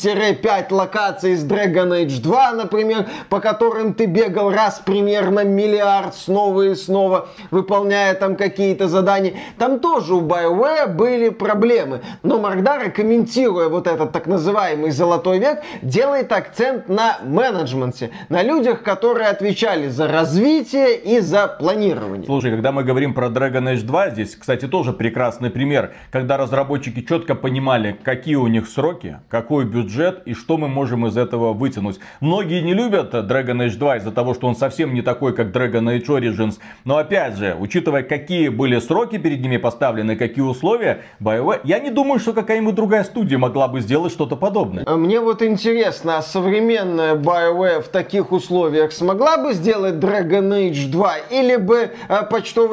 3-5 локаций из Dragon Age 2, например, по которым ты бегал раз примерно миллиард снова и снова, выполняя там какие-то задания. Там тоже у BioWare были проблемы. Но Марк Дарра, комментируя вот этот так называемый золотой век, делает акцент на менеджменте, на людях, которые отвечали за развитие и за планирование. Слушай, когда мы говорим про Dragon Age 2, здесь, кстати, тоже прекрасный пример, когда разработчики четко понимали, какие у них сроки, какой бюджет и что мы можем из этого вытянуть. Многие не любят Dragon Age 2 из-за того, что он совсем не такой, как Dragon Age Origins. Но опять же, учитывая, какие были сроки перед ними поставлены, какие условия, BioWare, я не думаю, что какая-нибудь другая студия могла бы сделать что-то подобное. Мне вот интересно, а современная BioWare в таких условиях смогла бы сделать Dragon Age 2? Или бы почтовый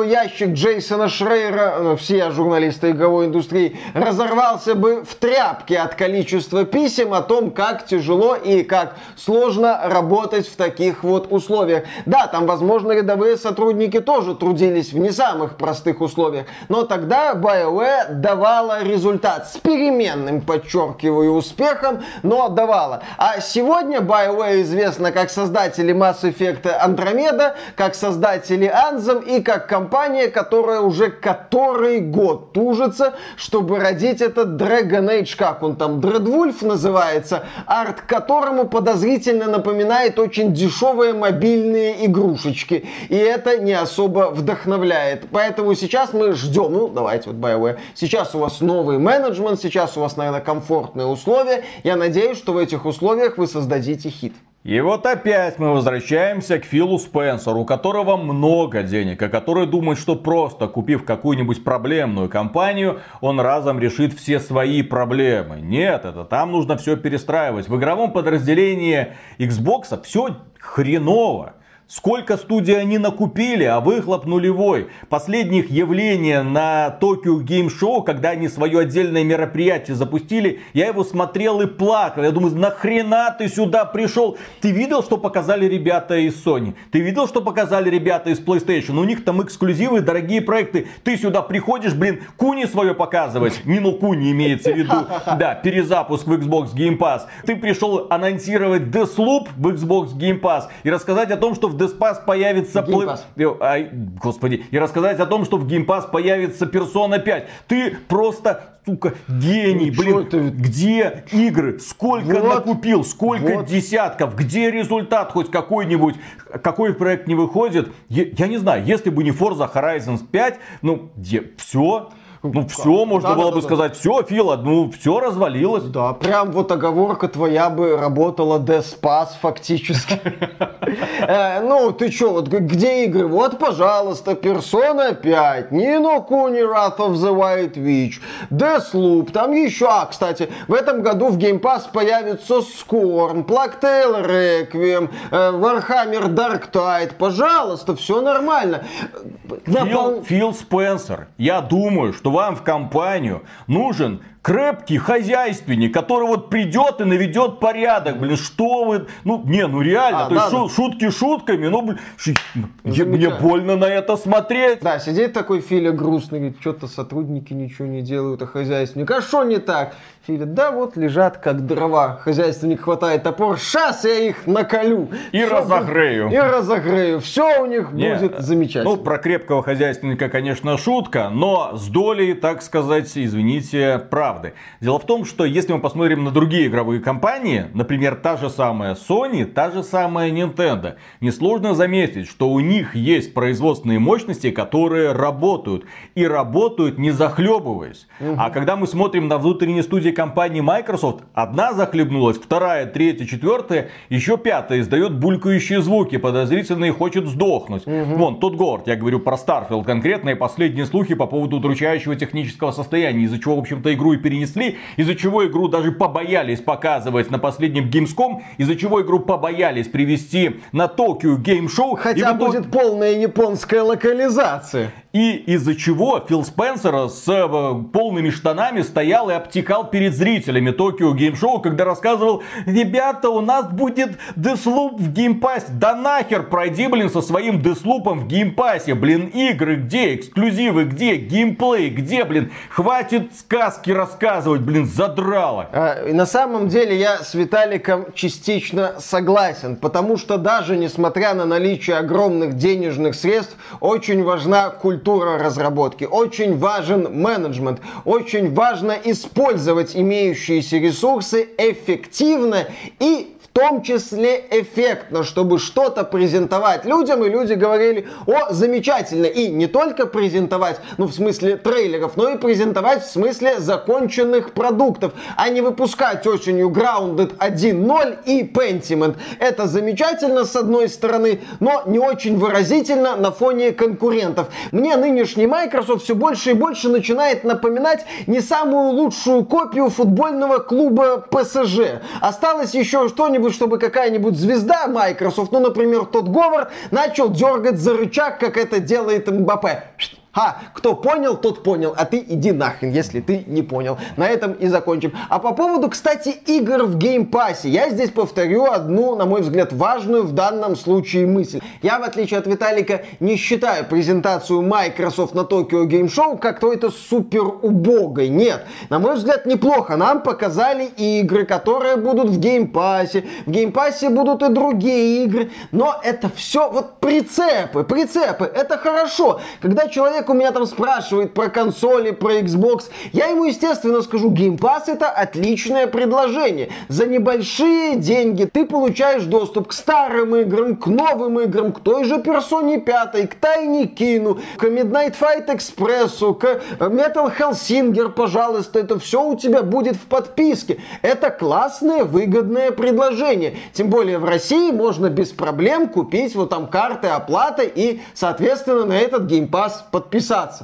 почтовый ящик Джейсона Шрейера, все журналисты игровой индустрии, разорвался бы в тряпке от количества писем о том, как тяжело и как сложно работать в таких вот условиях. Да, там, возможно, рядовые сотрудники тоже трудились в не самых простых условиях, но тогда BioWare давала результат с переменным, подчеркиваю, успехом, но давала. А сегодня BioWare известна как создатели Mass Effect Andromeda, как создатели Anthem и как компания, которая уже который год тужится, чтобы родить этот Dragon Age, как он там, Dreadwolf называется, арт которому подозрительно напоминает очень дешевые мобильные игрушечки. И это не особо вдохновляет. Поэтому сейчас мы ждем, ну давайте вот BioWare, сейчас у вас новый менеджмент, сейчас у вас, наверное, комфортные условия. Я надеюсь, что в этих условиях вы создадите хит. И вот опять мы возвращаемся к Филу Спенсеру, у которого много денег, а который думает, что просто купив какую-нибудь проблемную компанию, он разом решит все свои проблемы. Нет, это там нужно все перестраивать. В игровом подразделении Xbox все хреново. Сколько студий они накупили, а выхлоп нулевой. Последних явления на Tokyo Game Show, когда они свое отдельное мероприятие запустили, я его смотрел и плакал. Я думаю, нахрена ты сюда пришел? Ты видел, что показали ребята из Sony? Ты видел, что показали ребята из PlayStation? У них там эксклюзивы, дорогие проекты. Ты сюда приходишь, Куни свое показывать. Нину Куни имеется в виду. Да, перезапуск в Xbox Game Pass. Ты пришел анонсировать Deathloop в Xbox Game Pass и рассказать о том, что в Death Pass появится... Господи. И рассказать о том, что в Game Pass появится Persona 5. Ты просто, сука, гений. Где игры? Сколько накупил? Сколько десятков? Где результат хоть какой-нибудь? Какой проект не выходит? Я не знаю. Если бы не Forza Horizon 5, все... все, можно было бы сказать, все, Фила, все развалилось. Да, прям вот оговорка твоя бы работала Death Pass фактически. Ты чё, вот где игры? Вот, пожалуйста, Persona 5, Ni no Kuni Wrath of the White Witch, Deathloop, там еще, кстати, в этом году в Game Pass появится Scorn, Plague Tale Requiem, Warhammer Dark Tide, пожалуйста, все нормально. Фил Спенсер, я думаю, что вам в компанию нужен крепкий хозяйственник, который вот придет и наведет порядок. Что вы... реально. То есть шутки шутками, мне больно на это смотреть. Да, сидит такой Филя грустный, говорит, что-то сотрудники ничего не делают, а хозяйственник. А что не так? Филя, да вот лежат как дрова. Хозяйственник хватает топор, сейчас я их наколю. И разогрею. Все у них будет замечательно. Про крепкого хозяйственника, конечно, шутка, но с долей, так сказать, извините, правды. Дело в том, что если мы посмотрим на другие игровые компании, например, та же самая Sony, та же самая Nintendo, несложно заметить, что у них есть производственные мощности, которые работают. И работают не захлебываясь. А когда мы смотрим на внутренние студии компании Microsoft, одна захлебнулась, вторая, третья, четвертая, еще пятая издает булькающие звуки, подозрительно и хочет сдохнуть. Вон, тот Говард, я говорю про Starfield конкретно, и последние слухи по поводу удручающего технического состояния, из-за чего, в общем-то, игру и перенесли, из-за чего игру даже побоялись показывать на последнем Gamescom, из-за чего игру побоялись привести на Tokyo Game Show. Хотя будет полная японская локализация. И из-за чего Фил Спенсер с полными штанами стоял и обтекал перед зрителями Tokyo Game Show, когда рассказывал: ребята, у нас будет Deathloop в Game Pass. Да нахер пройди, со своим Deathloop'ом в Game Pass. Игры где? Эксклюзивы где? Геймплей где, Хватит сказки рассказывать, задрало. На самом деле я с Виталиком частично согласен, потому что даже несмотря на наличие огромных денежных средств, очень важна культура разработки, очень важен менеджмент, очень важно использовать имеющиеся ресурсы эффективно и в том числе эффектно, чтобы что-то презентовать людям, и люди говорили: о, замечательно, и не только презентовать, в смысле трейлеров, но и презентовать в смысле законченных продуктов, а не выпускать осенью Grounded 1.0 и Pentiment. Это замечательно с одной стороны, но не очень выразительно на фоне конкурентов. Мне нынешний Microsoft все больше и больше начинает напоминать не самую лучшую копию футбольного клуба ПСЖ. Осталось еще что-нибудь бы, чтобы какая-нибудь звезда Microsoft, ну, например, тот Говард, начал дергать за рычаг, как это делает Мбаппе. Кто понял, тот понял, а ты иди нахрен, если ты не понял. На этом и закончим. А по поводу, кстати, игр в геймпассе, я здесь повторю одну, на мой взгляд, важную в данном случае мысль. Я, в отличие от Виталика, не считаю презентацию Microsoft на Tokyo Game Show какой-то супер убогой. Нет, на мой взгляд, неплохо. Нам показали игры, которые будут в геймпассе. В геймпассе будут и другие игры. Но это все вот прицепы. Это хорошо. Когда человек у меня там спрашивает про консоли, про Xbox, я ему, естественно, скажу, Game Pass это отличное предложение. За небольшие деньги ты получаешь доступ к старым играм, к новым играм, к той же Persona 5, к Tiny Kinu, к Midnight Fight Express, к Metal Hellsinger, пожалуйста, это все у тебя будет в подписке. Это классное, выгодное предложение. Тем более в России можно без проблем купить вот там карты оплаты и, соответственно, на этот Game Pass подписаться.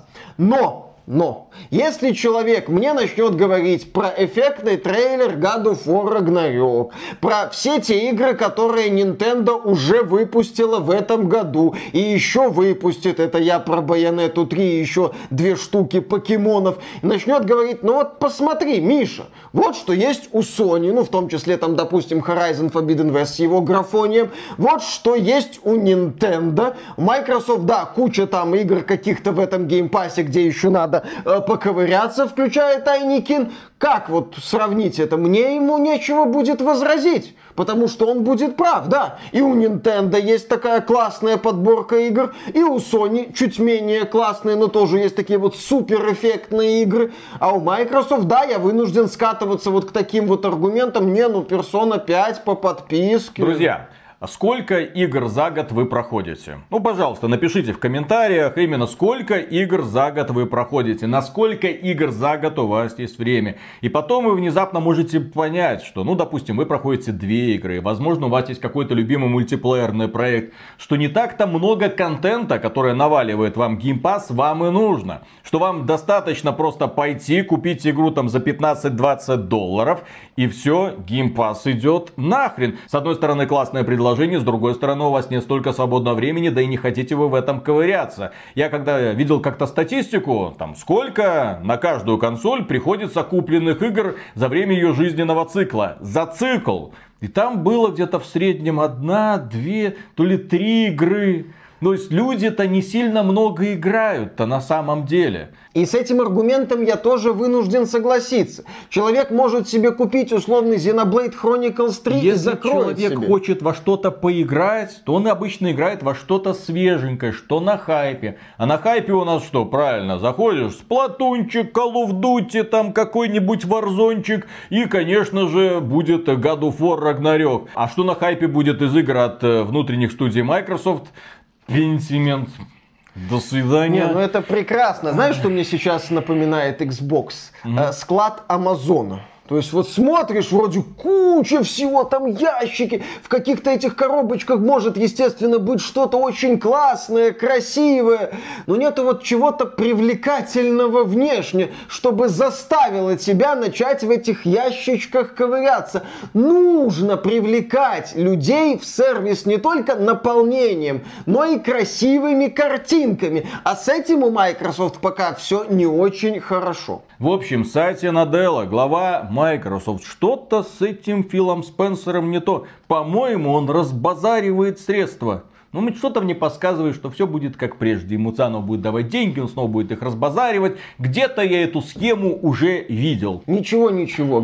Но, если человек мне начнет говорить про эффектный трейлер God of War Ragnarok, про все те игры, которые Nintendo уже выпустила в этом году и еще выпустит, это я про Bayonetta 3, еще 2 штуки покемонов, начнет говорить, ну вот посмотри, Миша, вот что есть у Sony, ну в том числе там, допустим, Horizon Forbidden West с его графонием, вот что есть у Nintendo, Microsoft, да, куча там игр каких-то в этом геймпассе, где еще надо поковыряться, включая Tiny Kin. Как вот сравнить это? Мне ему нечего будет возразить, потому что он будет прав, да. И у Nintendo есть такая классная подборка игр, и у Sony чуть менее классные, но тоже есть такие вот суперэффектные игры. А у Microsoft, да, я вынужден скатываться вот к таким вот аргументам. Не, ну Persona 5 по подписке. Друзья, сколько игр за год вы проходите? Ну, пожалуйста, напишите в комментариях именно сколько игр за год вы проходите. На сколько игр за год у вас есть время. И потом вы внезапно можете понять, что, ну, допустим, вы проходите 2 игры. Возможно, у вас есть какой-то любимый мультиплеерный проект. Что не так-то много контента, который наваливает вам Game Pass, вам и нужно. Что вам достаточно просто пойти, купить игру там за $15-20. И все, Game Pass идет нахрен. С одной стороны, классное предложение. С другой стороны, у вас нет столько свободного времени, да и не хотите вы в этом ковыряться. Я когда видел как-то статистику, там сколько на каждую консоль приходится купленных игр за время ее жизненного цикла. За цикл. И там было где-то в среднем 1, 2, то ли 3 игры. То есть люди-то не сильно много играют-то на самом деле. И с этим аргументом я тоже вынужден согласиться. Человек может себе купить условный Xenoblade Chronicles 3 и закроет себе. Если человек хочет во что-то поиграть, то он обычно играет во что-то свеженькое, что на хайпе. А на хайпе у нас что, правильно, заходишь, Splatoonчик, Call of Duty, там какой-нибудь Warzonчик, и, конечно же, будет God of War Ragnarok. А что на хайпе будет из игр от внутренних студий Microsoft? Pentiment. До свидания. Не, ну это прекрасно. Знаешь, что мне сейчас напоминает Xbox? Склад Амазона. То есть вот смотришь, вроде куча всего, там ящики, в каких-то этих коробочках может, естественно, быть что-то очень классное, красивое, но нету вот чего-то привлекательного внешне, чтобы заставило тебя начать в этих ящичках ковыряться. Нужно привлекать людей в сервис не только наполнением, но и красивыми картинками. А с этим у Microsoft пока все не очень хорошо. В общем, Сатья Наделла, глава Microsoft, что-то с этим Филом Спенсером не то. По-моему, он разбазаривает средства. Но что-то мне подсказывает, что все будет как прежде. Ему Цанов будет давать деньги, он снова будет их разбазаривать. Где-то я эту схему уже видел. Ничего, к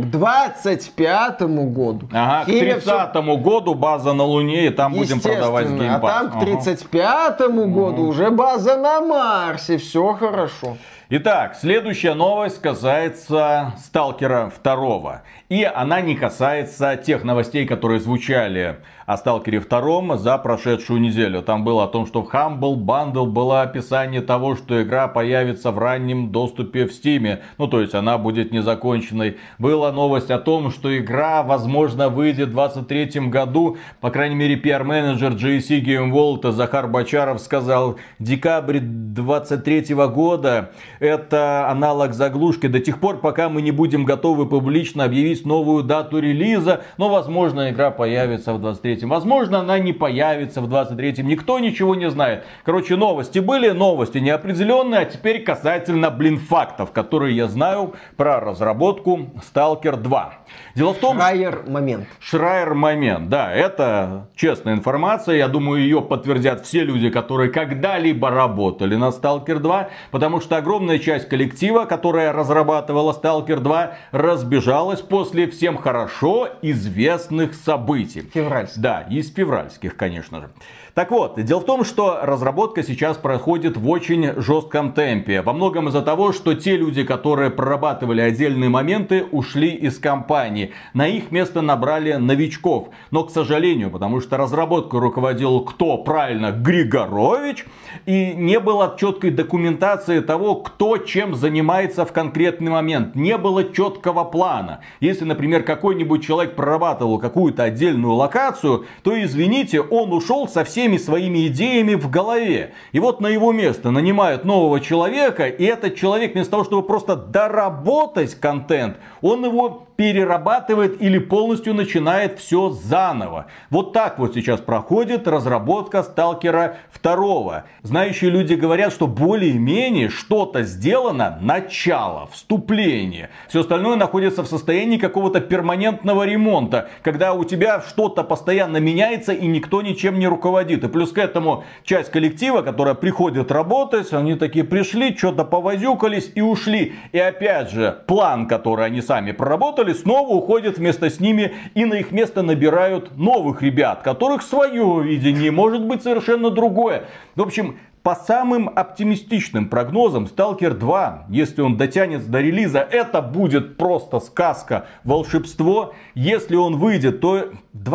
25-му году. Ага, к 30-му году база на Луне, и там будем продавать Game Pass. А там к 35-му году уже база на Марсе. Все хорошо. Итак, следующая новость касается Сталкера 2. И она не касается тех новостей, которые звучали о Сталкере 2 за прошедшую неделю. Там было о том, что в Humble Bundle было описание того, что игра появится в раннем доступе в Steam. Ну, то есть она будет незаконченной. Была новость о том, что игра, возможно, выйдет в 2023 году. По крайней мере, пиар-менеджер GSC Game World Захар Бочаров сказал, декабрь 2023 года это аналог заглушки до тех пор, пока мы не будем готовы публично объявить новую дату релиза. Но, возможно, игра появится в 23-м. Возможно, она не появится в 23-м. Никто ничего не знает. Короче, новости были, новости неопределенные. А теперь касательно, фактов, которые я знаю про разработку Stalker 2. Дело в том, Шрайер момент, да, это честная информация. Я думаю, ее подтвердят все люди, которые когда-либо работали на Stalker 2, потому что огромная часть коллектива, которая разрабатывала Stalker 2, разбежалась после всем хорошо известных событий. Февральских. Да, из февральских, конечно же. Так вот, дело в том, что разработка сейчас проходит в очень жестком темпе. Во многом из-за того, что те люди, которые прорабатывали отдельные моменты, ушли из компании. На их место набрали новичков. Но, к сожалению, потому что разработкой руководил кто? Правильно, Григорович. И не было четкой документации того, кто чем занимается в конкретный момент. Не было четкого плана. Если, например, какой-нибудь человек прорабатывал какую-то отдельную локацию, то, извините, он ушел со всеми своими идеями в голове. И вот на его место нанимают нового человека, и этот человек вместо того, чтобы просто доработать контент, он его перерабатывает или полностью начинает все заново. Вот так вот сейчас проходит разработка Сталкера 2. Знающие люди говорят, что более-менее что-то сделано, начало, вступление. Все остальное находится в состоянии какого-то перманентного ремонта, когда у тебя что-то постоянно меняется и никто ничем не руководит. И плюс к этому часть коллектива, которая приходит работать, они такие пришли, что-то повозюкались и ушли. И опять же, план, который они сами проработали, снова уходят вместе с ними и на их место набирают новых ребят, которых свое видение, может быть совершенно другое. В общем, по самым оптимистичным прогнозам, Stalker 2, если он дотянется до релиза, это будет просто сказка, волшебство. Если он выйдет, то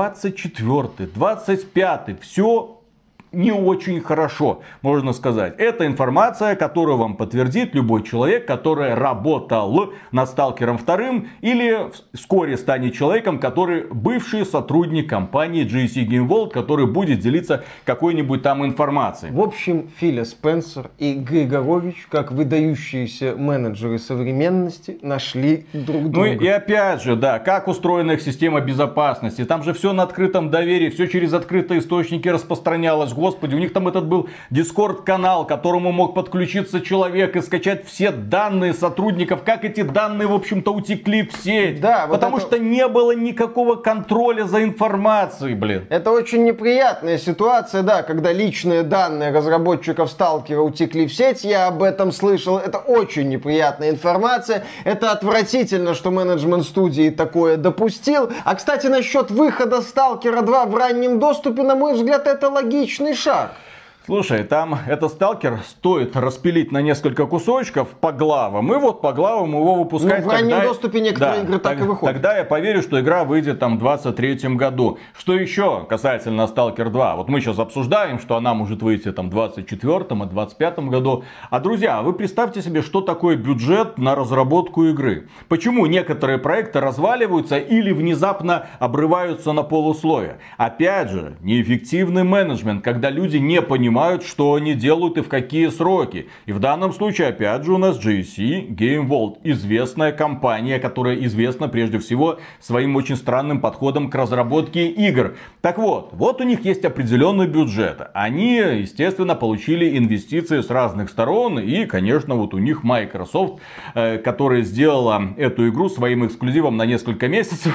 24-й, 25-й, все не очень хорошо, можно сказать. Это информация, которую вам подтвердит любой человек, который работал над Сталкером 2 или вскоре станет человеком, который бывший сотрудник компании GSC Game World, который будет делиться какой-нибудь там информацией. В общем, Филя Спенсер и Григорович, как выдающиеся менеджеры современности, нашли друг друга. Ну и опять же, да, как устроена их система безопасности. Там же все на открытом доверии, все через открытые источники распространялось. Господи, у них там этот был Дискорд-канал, к которому мог подключиться человек и скачать все данные сотрудников. Как эти данные, в общем-то, утекли в сеть. Да, вот потому что не было никакого контроля за информацией, блин. Это очень неприятная ситуация, да, когда личные данные разработчиков Сталкера утекли в сеть. Я об этом слышал. Это очень неприятная информация. Это отвратительно, что менеджмент студии такое допустил. А, кстати, насчет выхода Сталкера 2 в раннем доступе, на мой взгляд, это логичный шаг. Слушай, там этот сталкер стоит распилить на несколько кусочков по главам, и вот по главам его выпускать. Ну, в раннем доступе некоторые игры так и выходят. Тогда я поверю, что игра выйдет там в 23-м году. Что еще касательно Stalker 2? Вот мы сейчас обсуждаем, что она может выйти там в 24-м, и 25-м году. А, друзья, вы представьте себе, что такое бюджет на разработку игры. Почему некоторые проекты разваливаются или внезапно обрываются на полусловие? Опять же, неэффективный менеджмент, когда люди не понимают, что они делают и в какие сроки. И в данном случае, опять же, у нас GSC Game World. Известная компания, которая известна прежде всего своим очень странным подходом к разработке игр. Так вот, вот у них есть определенный бюджет. Они, естественно, получили инвестиции с разных сторон. И, конечно, вот у них Microsoft, которая сделала эту игру своим эксклюзивом на несколько месяцев.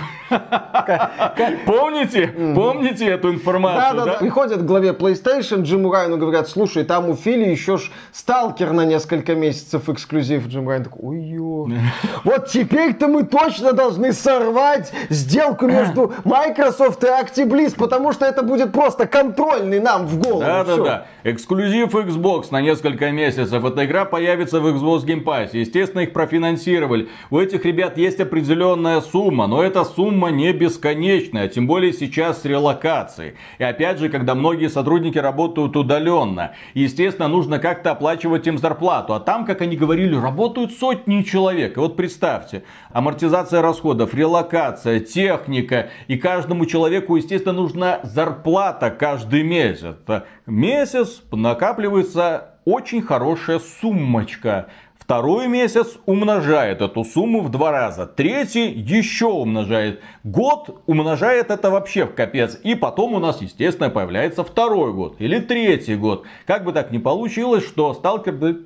Помните? Помните эту информацию? Да. Приходят к главе PlayStation, Джиму Райану говорят: слушай, там у Фили еще ж Сталкер на несколько месяцев эксклюзив. Джим Райан такой: ой-ё. Вот теперь-то мы точно должны сорвать сделку между Microsoft и ActiBliz, потому что это будет просто контрольный нам в голову. Да. Эксклюзив Xbox на несколько месяцев. Эта игра появится в Xbox Game Pass. Естественно, их профинансировали. У этих ребят есть определенная сумма, но эта сумма не бесконечная, тем более сейчас с релокацией. И опять же, когда многие сотрудники работают удаленно, естественно, нужно как-то оплачивать им зарплату. А там, как они говорили, работают сотни человек. И вот представьте, амортизация расходов, релокация, техника. И каждому человеку, естественно, нужна зарплата каждый месяц. Месяц накапливается очень хорошая суммочка. В Второй месяц умножает эту сумму в 2 раза. Третий еще умножает. Год умножает это вообще в капец. И потом у нас, естественно, появляется второй год. Или третий год. Как бы так ни получилось, что Сталкер...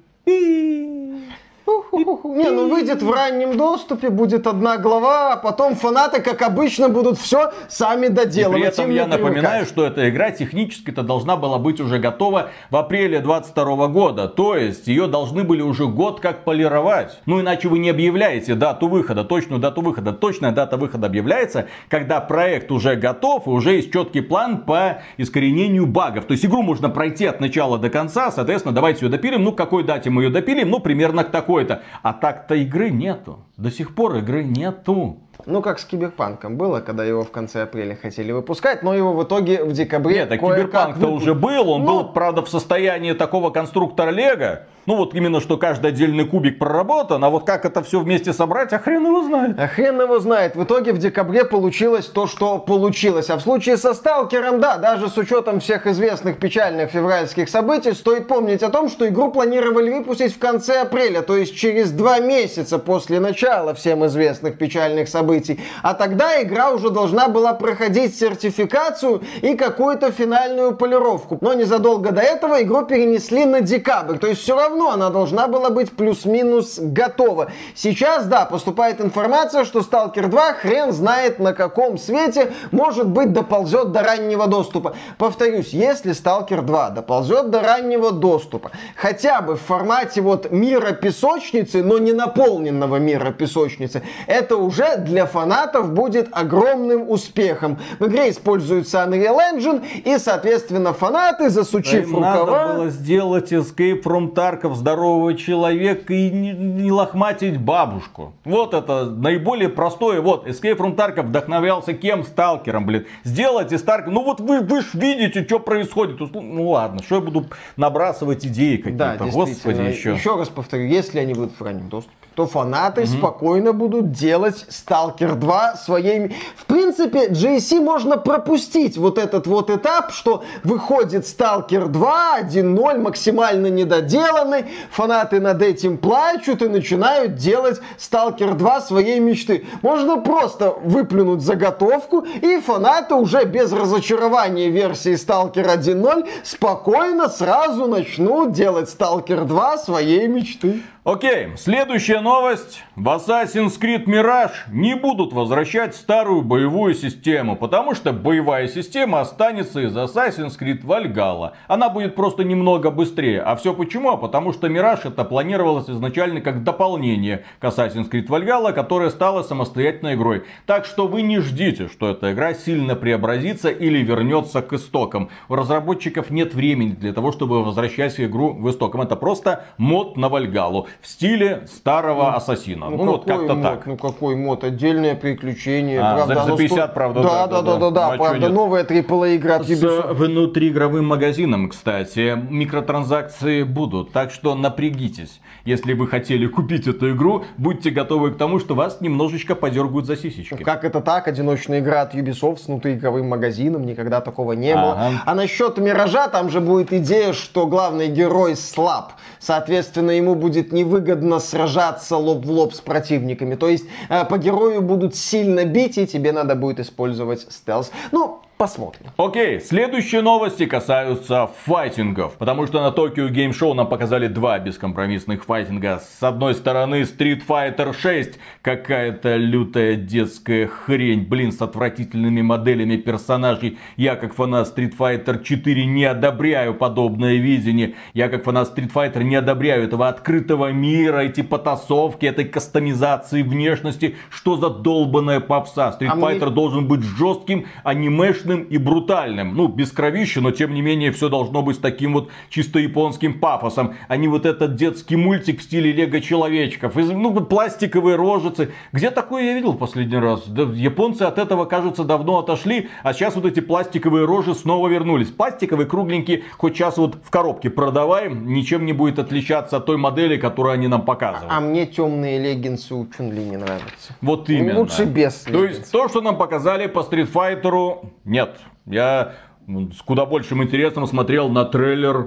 Не, ну выйдет в раннем доступе, будет одна глава, а потом фанаты, как обычно, будут все сами доделывать. И при этом я напоминаю, что эта игра технически-то должна была быть уже готова в апреле 2022 года. То есть ее должны были уже год как полировать. Ну иначе вы не объявляете дату выхода, точную дату выхода. Точная дата выхода объявляется, когда проект уже готов и уже есть четкий план по искоренению багов. То есть игру можно пройти от начала до конца, соответственно, давайте ее допилим. Ну к какой дате мы ее допилим? Ну примерно к такой-то. А так-то игры нету. До сих пор игры нету. Ну, как с Киберпанком было, когда его в конце апреля хотели выпускать, но его в итоге в декабре... Нет, так Киберпанк-то уже был, он был, правда, в состоянии такого конструктора Лего. Ну, вот именно, что каждый отдельный кубик проработан, а вот как это все вместе собрать, а хрен его знает. А хрен его знает. В итоге в декабре получилось то, что получилось. А в случае со Сталкером, да, даже с учетом всех известных печальных февральских событий, стоит помнить о том, что игру планировали выпустить в конце апреля, то есть через 2 месяца после начала всем известных печальных событий. А тогда игра уже должна была проходить сертификацию и какую-то финальную полировку. Но незадолго до этого игру перенесли на декабрь. То есть все равно она должна была быть плюс-минус готова. Сейчас, да, поступает информация, что Stalker 2 хрен знает на каком свете, может быть, доползет до раннего доступа. Повторюсь, если Stalker 2 доползет до раннего доступа, хотя бы в формате вот мира песочницы, но не наполненного мира песочницы, это уже для фанатов будет огромным успехом. В игре используется Unreal Engine, и, соответственно, фанаты, засучив рукава... Надо было сделать Escape from Tarkov здорового человека и не лохматить бабушку. Вот это наиболее простое. Вот, Escape from Tarkov вдохновлялся кем? Сталкером, блин. Сделайте Сталкер. Ну вот вы ж видите, что происходит. Ну ладно, что я буду набрасывать идеи какие-то. Да, Господи, еще раз повторю, если они будут в раннем доступе, то фанаты спокойно будут делать Stalker 2 своей... В принципе, GSC можно пропустить вот этот вот этап, что выходит Stalker 2 1.0, максимально недоделанный, фанаты над этим плачут и начинают делать Stalker 2 своей мечты. Можно просто выплюнуть заготовку, и фанаты уже без разочарования версии Stalker 1.0 спокойно сразу начнут делать Stalker 2 своей мечты. Окей, следующая новость. В Assassin's Creed Mirage не будут возвращать старую боевую систему, потому что боевая система останется из Assassin's Creed Valhalla. Она будет просто немного быстрее. А все почему? Потому что Mirage это планировалось изначально как дополнение к Assassin's Creed Valhalla, которая стала самостоятельной игрой. Так что вы не ждите, что эта игра сильно преобразится или вернется к истокам. У разработчиков нет времени для того, чтобы возвращать игру в истокам. Это просто мод на Valhalla. В стиле старого Ассасина. Ну вот как-то мод? так. Ну какой мод? Отдельное приключение. Правда, за 50, правда. Да. Правда, новая AAA игра от Ubisoft. С внутриигровым магазином, кстати, микротранзакции будут. Так что напрягитесь. Если вы хотели купить эту игру, будьте готовы к тому, что вас немножечко подергают за сисечки. Как это так? Одиночная игра от Ubisoft с внутриигровым магазином. Никогда такого не было. А насчет Миража, там же будет идея, что главный герой слаб. Соответственно, ему будет невыгодно сражаться лоб в лоб с противниками. То есть по герою будут сильно бить, и тебе надо будет использовать стелс. Ну, посмотрим. Окей, следующие новости касаются файтингов. Потому что на Tokyo Game Show нам показали 2 бескомпромиссных файтинга. С одной стороны Street Fighter 6. Какая-то лютая детская хрень. Блин, с отвратительными моделями персонажей. Я как фанат Street Fighter 4 не одобряю подобное видение. Я как фанат Street Fighter не одобряю этого открытого мира, эти потасовки, этой кастомизации внешности. Что за долбаная попса? Street Fighter должен быть жестким, анимешным и брутальным. Ну, без кровища, но тем не менее все должно быть с таким вот чисто японским пафосом. А не вот этот детский мультик в стиле Лего-человечков. Ну, пластиковые рожицы. Где такое я видел в последний раз? Да, японцы от этого, кажется, давно отошли. А сейчас вот эти пластиковые рожи снова вернулись. Пластиковые, кругленькие, хоть сейчас вот в коробке продавай. Ничем не будет отличаться от той модели, которую они нам показывают. А мне темные леггинсы у Чун-Ли не нравятся. Вот именно. Лучше без леггинсов. То есть то, что нам показали по Street Fighter, нет. Я с куда большим интересом смотрел на трейлер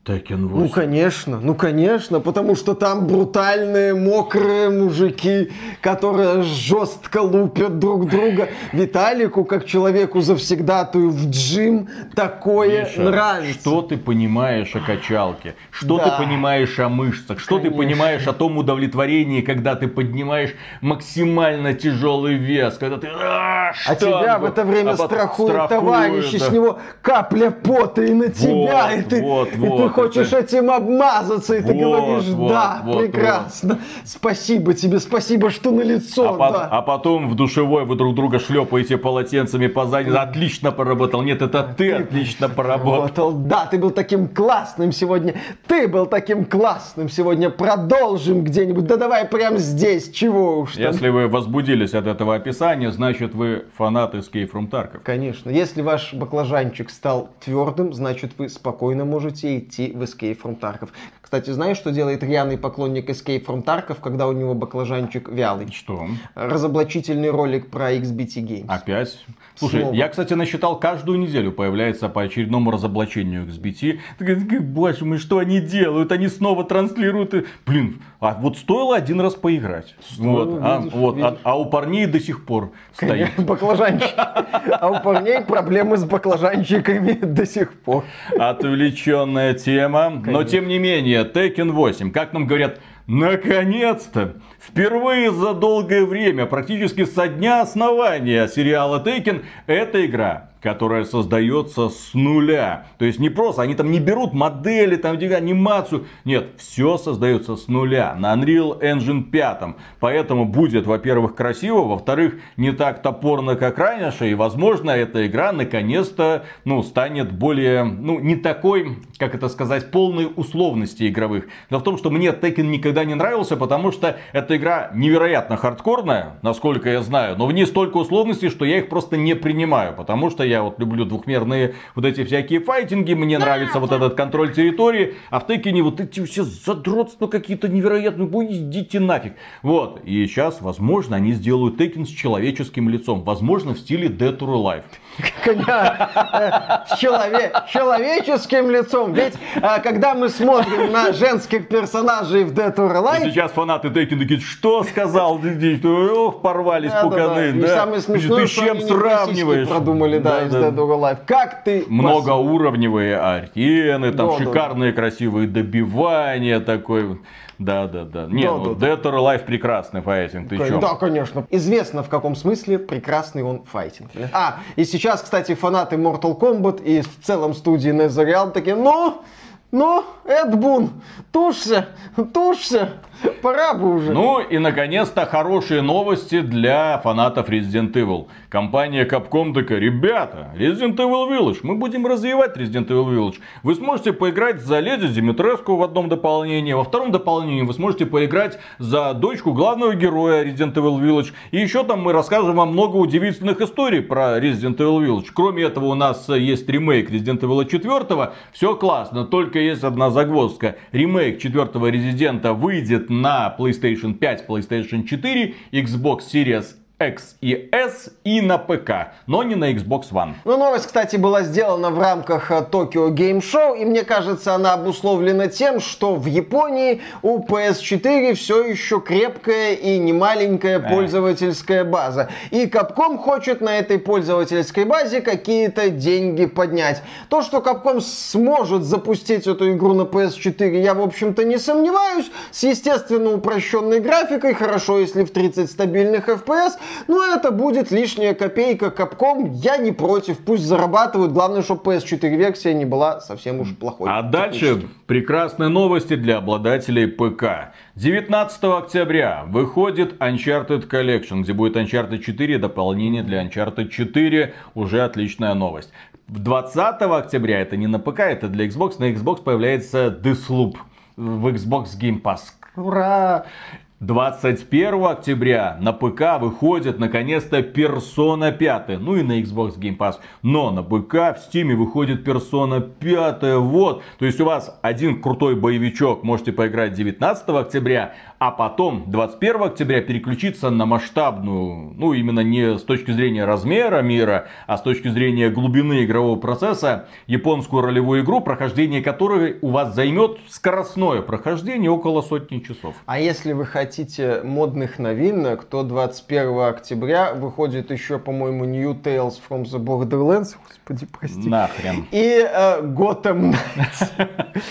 Tekken 8. Ну конечно, потому что там брутальные, мокрые мужики, которые жестко лупят друг друга. Виталику, как человеку завсегдатую в джим, такое Миша, нравится. что ты понимаешь о качалке? Что Да. ты понимаешь о мышцах? Что ты Конечно. понимаешь о том удовлетворении, когда ты поднимаешь максимально тяжелый вес? Когда ты... А тебя в это время страхует товарищ, и да. с него капля пота и на тебя, и ты хочешь этим обмазаться, и ты говоришь, да, прекрасно, спасибо тебе, спасибо, что на лицо, да. А потом в душевой вы друг друга шлепаете полотенцами по заднице. Отлично поработал. Нет, это ты отлично поработал. Да, ты был таким классным сегодня. Продолжим где-нибудь. Да давай прямо здесь. Чего уж там. Если вы возбудились от этого описания, значит вы фанат Escape from Tarkov. Конечно. Если ваш баклажанчик стал твердым, значит вы спокойно можете идти в Escape from Tarkov. Кстати, знаешь, что делает рьяный поклонник Escape from Tarkov, когда у него баклажанчик вялый? Что? Разоблачительный ролик про XBT Games. Опять? Слушай, Снова. я, кстати, насчитал, каждую неделю появляется по очередному разоблачению XBT. Боже мой, что они делают? Они снова транслируют. Блин, а вот стоило один раз поиграть. Видишь. А у парней до сих пор стоит. Баклажанчик. А у парней проблемы с баклажанчиками до сих пор. Отвлеченная тема. Но тем не менее, Tekken 8, как нам говорят, наконец-то, впервые за долгое время, практически со дня основания сериала Tekken, эта игра, которая создается с нуля. То есть не просто, они там не берут модели, там анимацию. Нет, все создается с нуля на Unreal Engine 5. Поэтому будет, во-первых, красиво, во-вторых, не так топорно, как раньше. И, возможно, эта игра наконец-то станет более, не такой, как это сказать, полной условности игровых. Дело в том, что мне Tekken никогда не нравился, потому что эта игра невероятно хардкорная, насколько я знаю. Но в ней столько условностей, что я их просто не принимаю. Потому что я вот люблю двухмерные вот эти всякие файтинги, мне нравится вот этот контроль территории, а в Текине вот эти все задротства какие-то невероятные, идите нафиг. Вот, и сейчас, возможно, они сделают Tekken с человеческим лицом, возможно, в стиле Dead or Alive. С человеческим лицом. Ведь когда мы смотрим на женских персонажей в Dead or Alive... Сейчас фанаты Tekken такие, что сказал? Ох, порвались пуканы. И самое смешное, ты с что чем они сравниваешь? Продумали, из Dead or Alive. Как ты... Многоуровневые арены, там Да. шикарные красивые добивания такой. Да. Не, Dead or Alive прекрасный файтинг, ты чё? Да, конечно. Известно, в каком смысле прекрасный он файтинг. И сейчас, кстати, фанаты Mortal Kombat и в целом студии NetherRealm такие, Эд Бун, тушься, пора бы уже. И, наконец-то, хорошие новости для фанатов Resident Evil. Компания Capcom такая, ребята, Resident Evil Village, мы будем развивать Resident Evil Village. Вы сможете поиграть за леди Димитреску в одном дополнении, во втором дополнении вы сможете поиграть за дочку главного героя Resident Evil Village. И еще там мы расскажем вам много удивительных историй про Resident Evil Village. Кроме этого, у нас есть ремейк Resident Evil 4. Все классно, только есть одна загвоздка. Ремейк 4-го Резидента выйдет на PlayStation 5, PlayStation 4, Xbox Series X и S и на ПК, но не на Xbox One. Новость, кстати, была сделана в рамках Tokyo Game Show, и мне кажется, она обусловлена тем, что в Японии у PS4 все еще крепкая и немаленькая пользовательская база. И Capcom хочет на этой пользовательской базе какие-то деньги поднять. То, что Capcom сможет запустить эту игру на PS4, я, в общем-то, не сомневаюсь. С естественно упрощенной графикой, хорошо, если в 30 стабильных FPS, это будет лишняя копейка Capcom, я не против, пусть зарабатывают, главное, чтобы PS4 версия не была совсем уж плохой. А дальше прекрасные новости для обладателей ПК. 19 октября выходит Uncharted Collection, где будет Uncharted 4, дополнение для Uncharted 4, уже отличная новость. 20 октября, это не на ПК, это для Xbox, на Xbox появляется Deathloop в Xbox Game Pass. Ура! 21 октября на ПК выходит наконец-то Persona 5. Ну и на Xbox Game Pass. Но на ПК в Steam выходит Persona 5. Вот. То есть у вас один крутой боевичок можете поиграть 19 октября. А потом 21 октября переключиться на масштабную, ну именно не с точки зрения размера мира, а с точки зрения глубины игрового процесса, японскую ролевую игру, прохождение которой у вас займет скоростное прохождение около сотни часов. А если вы хотите модных новинок, то 21 октября выходит еще, по-моему, New Tales from the Borderlands. Господи, прости. Нахрен. И Gotham Knights.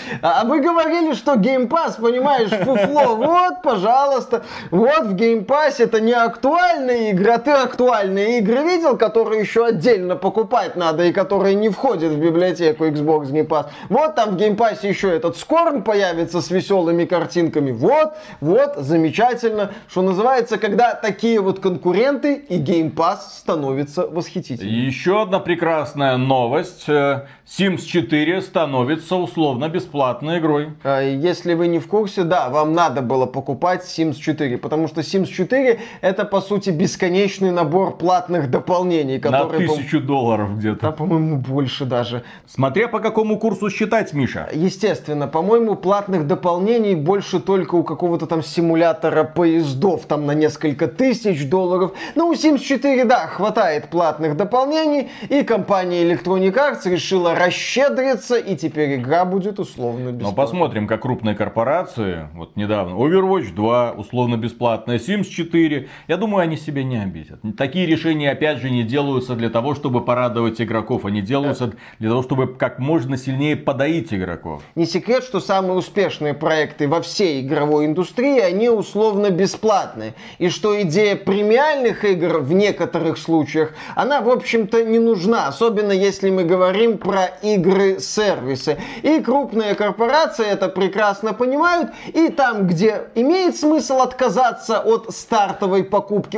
А мы говорили, что Game Pass, понимаешь, фуфло. Вот, пожалуйста. Вот в Game Pass это не актуальные игры, а ты актуальные игры видел, которые еще отдельно покупать надо и которые не входят в библиотеку Xbox Game Pass. Вот там в Game Pass еще этот Scorn появится с веселыми картинками. Вот, замечательно. Что называется, когда такие вот конкуренты и Game Pass становится восхитительным. Еще одна прекрасная новость. Sims 4 становится условно бесплатной игрой. Если вы не в курсе, да, вам надо было покупать Sims 4, потому что Sims 4 это, по сути, бесконечный набор платных дополнений, которые... На $1000 где-то. Да, по-моему, больше даже. Смотря по какому курсу считать, Миша. Естественно, по-моему, платных дополнений больше только у какого-то там симулятора поездов, там на несколько $1000. Но у Sims 4, да, хватает платных дополнений, и компания Electronic Arts решила расщедриться, и теперь игра будет условно бесплатной. Но посмотрим, как крупные корпорации, вот недавно, Overwatch 2 условно бесплатная, Sims 4, я думаю, они себя не обидят. Такие решения, опять же, не делаются для того, чтобы порадовать игроков, они делаются для того, чтобы как можно сильнее подоить игроков. Не секрет, что самые успешные проекты во всей игровой индустрии, они условно бесплатные. И что идея премиальных игр в некоторых случаях, она, в общем-то, не нужна. Особенно если мы говорим про игры-сервисы. И крупные корпорации это прекрасно понимают. И там, где имеет смысл отказаться от стартовой покупки,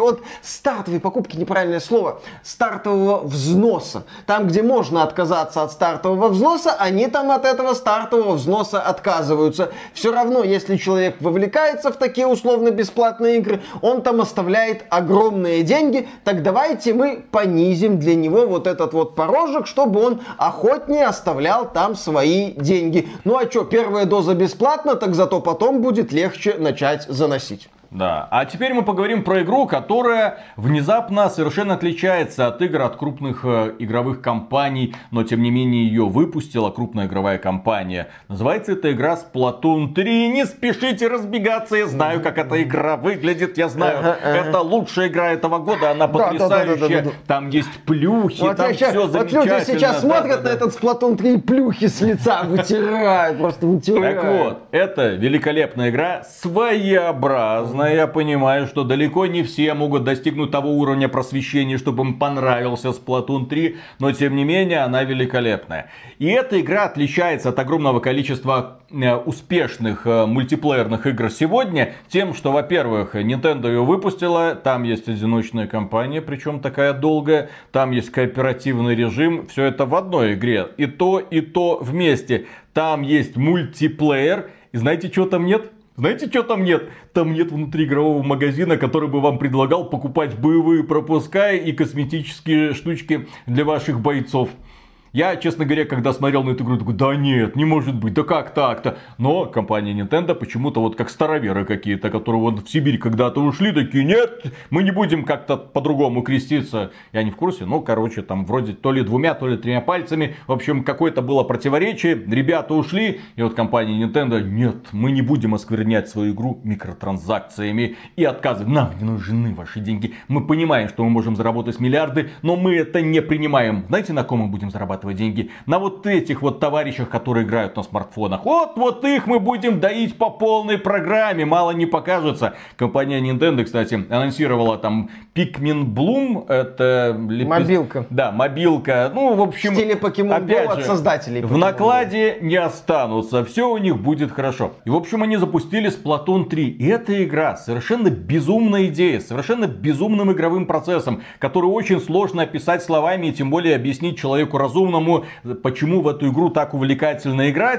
неправильное слово, стартового взноса. Там, где можно отказаться от стартового взноса, они там от этого стартового взноса отказываются. Все равно, если человек вовлекается в такие условно-бесплатные игры, он там оставляет огромные деньги, так давайте мы понизим для него вот этот вот порожек, чтобы он охотнее оставлял там свои деньги. Ну а что, первая доза бесплатна, так зато потом будет легче начать заносить. Да, а теперь мы поговорим про игру, которая внезапно совершенно отличается от игр от крупных игровых компаний, но тем не менее ее выпустила крупная игровая компания. Называется эта игра Splatoon 3. Не спешите разбегаться, я знаю, как эта игра выглядит, я знаю, это лучшая игра этого года, она потрясающая, да. Там есть плюхи, вот там все замечательно. Вот люди сейчас смотрят на этот Splatoon 3 и плюхи с лица вытирают, просто вытирают. Так вот, это великолепная игра, своеобразная. Я понимаю, что далеко не все могут достигнуть того уровня просвещения, чтобы им понравился Splatoon 3, но тем не менее она великолепная. И эта игра отличается от огромного количества успешных мультиплеерных игр сегодня тем, что, во-первых, Nintendo ее выпустила, там есть одиночная кампания, причем такая долгая, там есть кооперативный режим, все это в одной игре, и то вместе. Там есть мультиплеер, и знаете, что там нет? Знаете, что там нет? Там нет внутриигрового магазина, который бы вам предлагал покупать боевые пропуска и косметические штучки для ваших бойцов. Я, честно говоря, когда смотрел на эту игру, такой, да нет, не может быть, да как так-то? Но компания Nintendo почему-то вот как староверы какие-то, которые вот в Сибирь когда-то ушли, такие, нет, мы не будем как-то по-другому креститься. Я не в курсе, но, короче, там вроде то ли 2, то ли 3 пальцами. В общем, какое-то было противоречие, ребята ушли, и вот компания Nintendo, нет, мы не будем осквернять свою игру микротранзакциями и отказывать. Нам не нужны ваши деньги. Мы понимаем, что мы можем заработать миллиарды, но мы это не принимаем. Знаете, на ком мы будем зарабатывать деньги? На вот этих вот товарищах, которые играют на смартфонах. Вот их мы будем доить по полной программе. Мало не покажется. Компания Nintendo, кстати, анонсировала там Pikmin Bloom. Это мобилка. Да, мобилка. Ну, в общем, в стиле Pokemon Go от создателей. В накладе не останутся. Все у них будет хорошо. И, в общем, они запустили Splatoon 3. И эта игра совершенно безумная идея. Совершенно безумным игровым процессом, который очень сложно описать словами и тем более объяснить человеку разумному, почему в эту игру так увлекательно играть.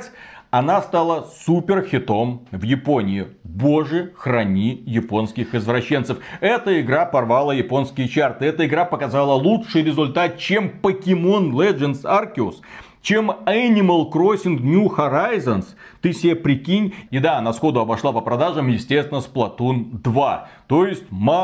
Она стала супер хитом в Японии. Боже, храни японских извращенцев. Эта игра порвала японские чарты. Эта игра показала лучший результат, чем Pokemon Legends Arceus, чем Animal Crossing New Horizons. Ты себе прикинь. И да, она сходу обошла по продажам, естественно, Splatoon 2. То есть,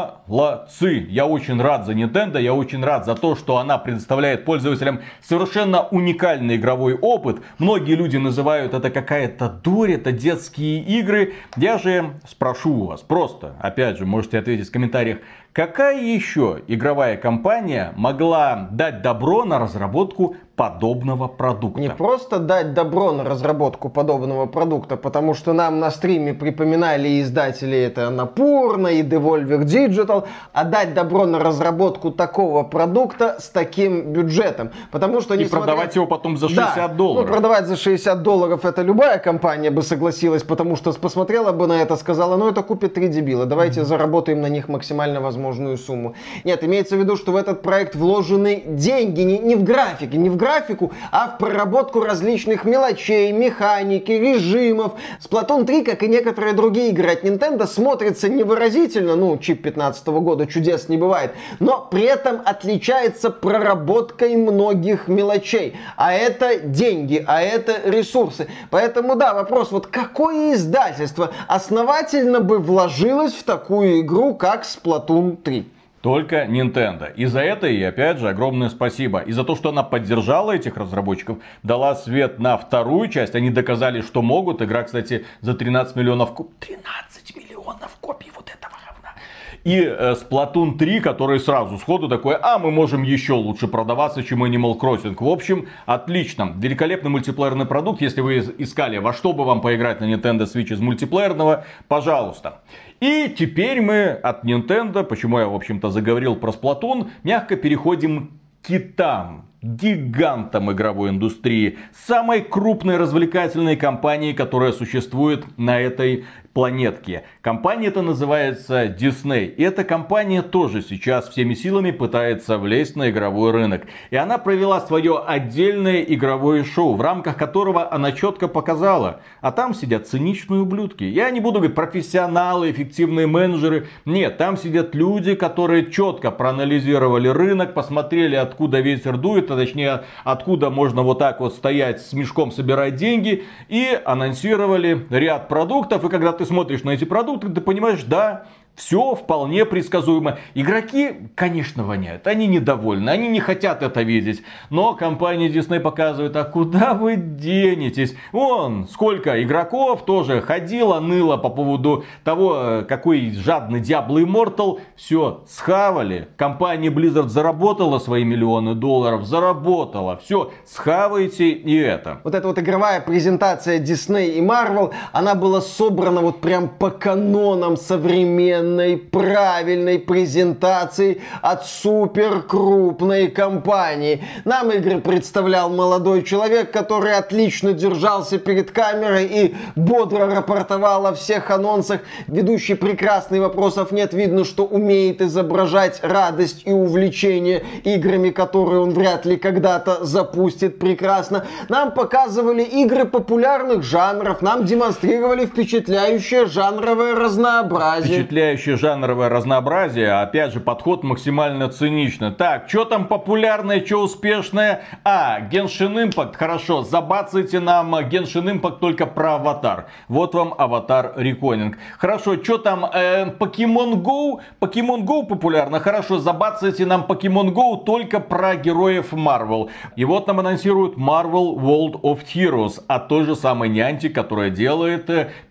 молодцы. Я очень рад за Nintendo. Я очень рад за то, что она предоставляет пользователям совершенно уникальный игровой опыт. Многие люди называют это какая-то дурь, это детские игры. Я же спрошу у вас просто, опять же, можете ответить в комментариях. Какая еще игровая компания могла дать добро на разработку подобного продукта? Не просто дать добро на разработку подобного продукта, потому что нам на стриме припоминали издатели это Annapurna и Devolver Digital, а дать добро на разработку такого продукта с таким бюджетом. Потому что, и продавать его потом за $60. Ну, продавать за $60 это любая компания бы согласилась, потому что посмотрела бы на это, сказала, ну это купят 3 дебила, давайте заработаем на них максимально возможную сумму. Нет, имеется в виду, что в этот проект вложены деньги не в графику, а в проработку различных мелочей, механики, режимов. Splatoon 3, как и некоторые другие игры от Nintendo, смотрится невыразительно, ну, чип 15 года, чудес не бывает, но при этом отличается проработкой многих мелочей. А это деньги, а это ресурсы. Поэтому, да, вопрос, вот какое издательство основательно бы вложилось в такую игру, как Splatoon 3? Только Nintendo. И за это ей, опять же, огромное спасибо. И за то, что она поддержала этих разработчиков, дала свет на вторую часть. Они доказали, что могут. Игра, кстати, за 13 миллионов копий. 13 миллионов копий вот этого говна. И Splatoon 3, который сразу сходу такой, а мы можем еще лучше продаваться, чем Animal Crossing. В общем, отлично. Великолепный мультиплеерный продукт. Если вы искали, во что бы вам поиграть на Nintendo Switch из мультиплеерного, пожалуйста. И теперь мы от Nintendo, почему я, в общем-то, заговорил про Splatoon, мягко переходим к китам, гигантам игровой индустрии, самой крупной развлекательной компании, которая существует на этой планетке. Компания эта называется Disney. И эта компания тоже сейчас всеми силами пытается влезть на игровой рынок. И она провела свое отдельное игровое шоу, в рамках которого она четко показала. А там сидят циничные ублюдки. Я не буду говорить профессионалы, эффективные менеджеры. Нет, там сидят люди, которые четко проанализировали рынок, посмотрели, откуда ветер дует, а точнее, откуда можно вот так вот стоять с мешком, собирать деньги. И анонсировали ряд продуктов. И когда ты смотришь на эти продукты, ты понимаешь, да, все вполне предсказуемо. Игроки, конечно, воняют. Они недовольны, они не хотят это видеть. Но компания Disney показывает, а куда вы денетесь? Вон, сколько игроков тоже ходило, ныло по поводу того, какой жадный Diablo Immortal. Все, схавали. Компания Blizzard заработала свои миллионы долларов. Заработала. Все, схавайте и это. Вот эта вот игровая презентация Disney и Marvel, она была собрана вот прям по канонам современной, правильной презентации от супер крупной компании. Нам игры представлял молодой человек, который отлично держался перед камерой и бодро рапортовал о всех анонсах. Ведущий прекрасный, вопросов нет. Видно, что умеет изображать радость и увлечение играми, которые он вряд ли когда-то запустит прекрасно. Нам показывали игры популярных жанров, нам демонстрировали впечатляющее жанровое разнообразие. Жанровое разнообразие, опять же, подход максимально циничный. Так, что там популярное, что успешное? Genshin Impact, хорошо, забацайте нам Genshin Impact только про аватар. Вот вам аватар Reckoning. Хорошо, что там Pokemon Go? Pokemon Go популярно, хорошо, забацайте нам Pokemon Go только про героев Marvel. И вот нам анонсируют Marvel World of Heroes от той же самой Niantic, которая делает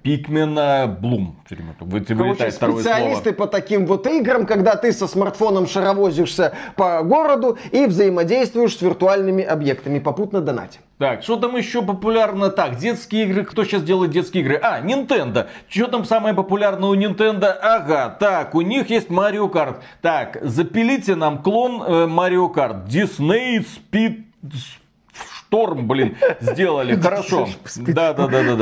Pikmin Bloom. Вылетает второе слово. Специалисты по таким вот играм, когда ты со смартфоном шаровозишься по городу и взаимодействуешь с виртуальными объектами, попутно донать. Так, что там еще популярно? Так, детские игры. Кто сейчас делает детские игры? Nintendo. Что там самое популярное у Nintendo? Ага, так, у них есть Mario Kart. Так, запилите нам клон Mario Kart. Disney Speed... Шторм, блин, сделали. Хорошо. Да.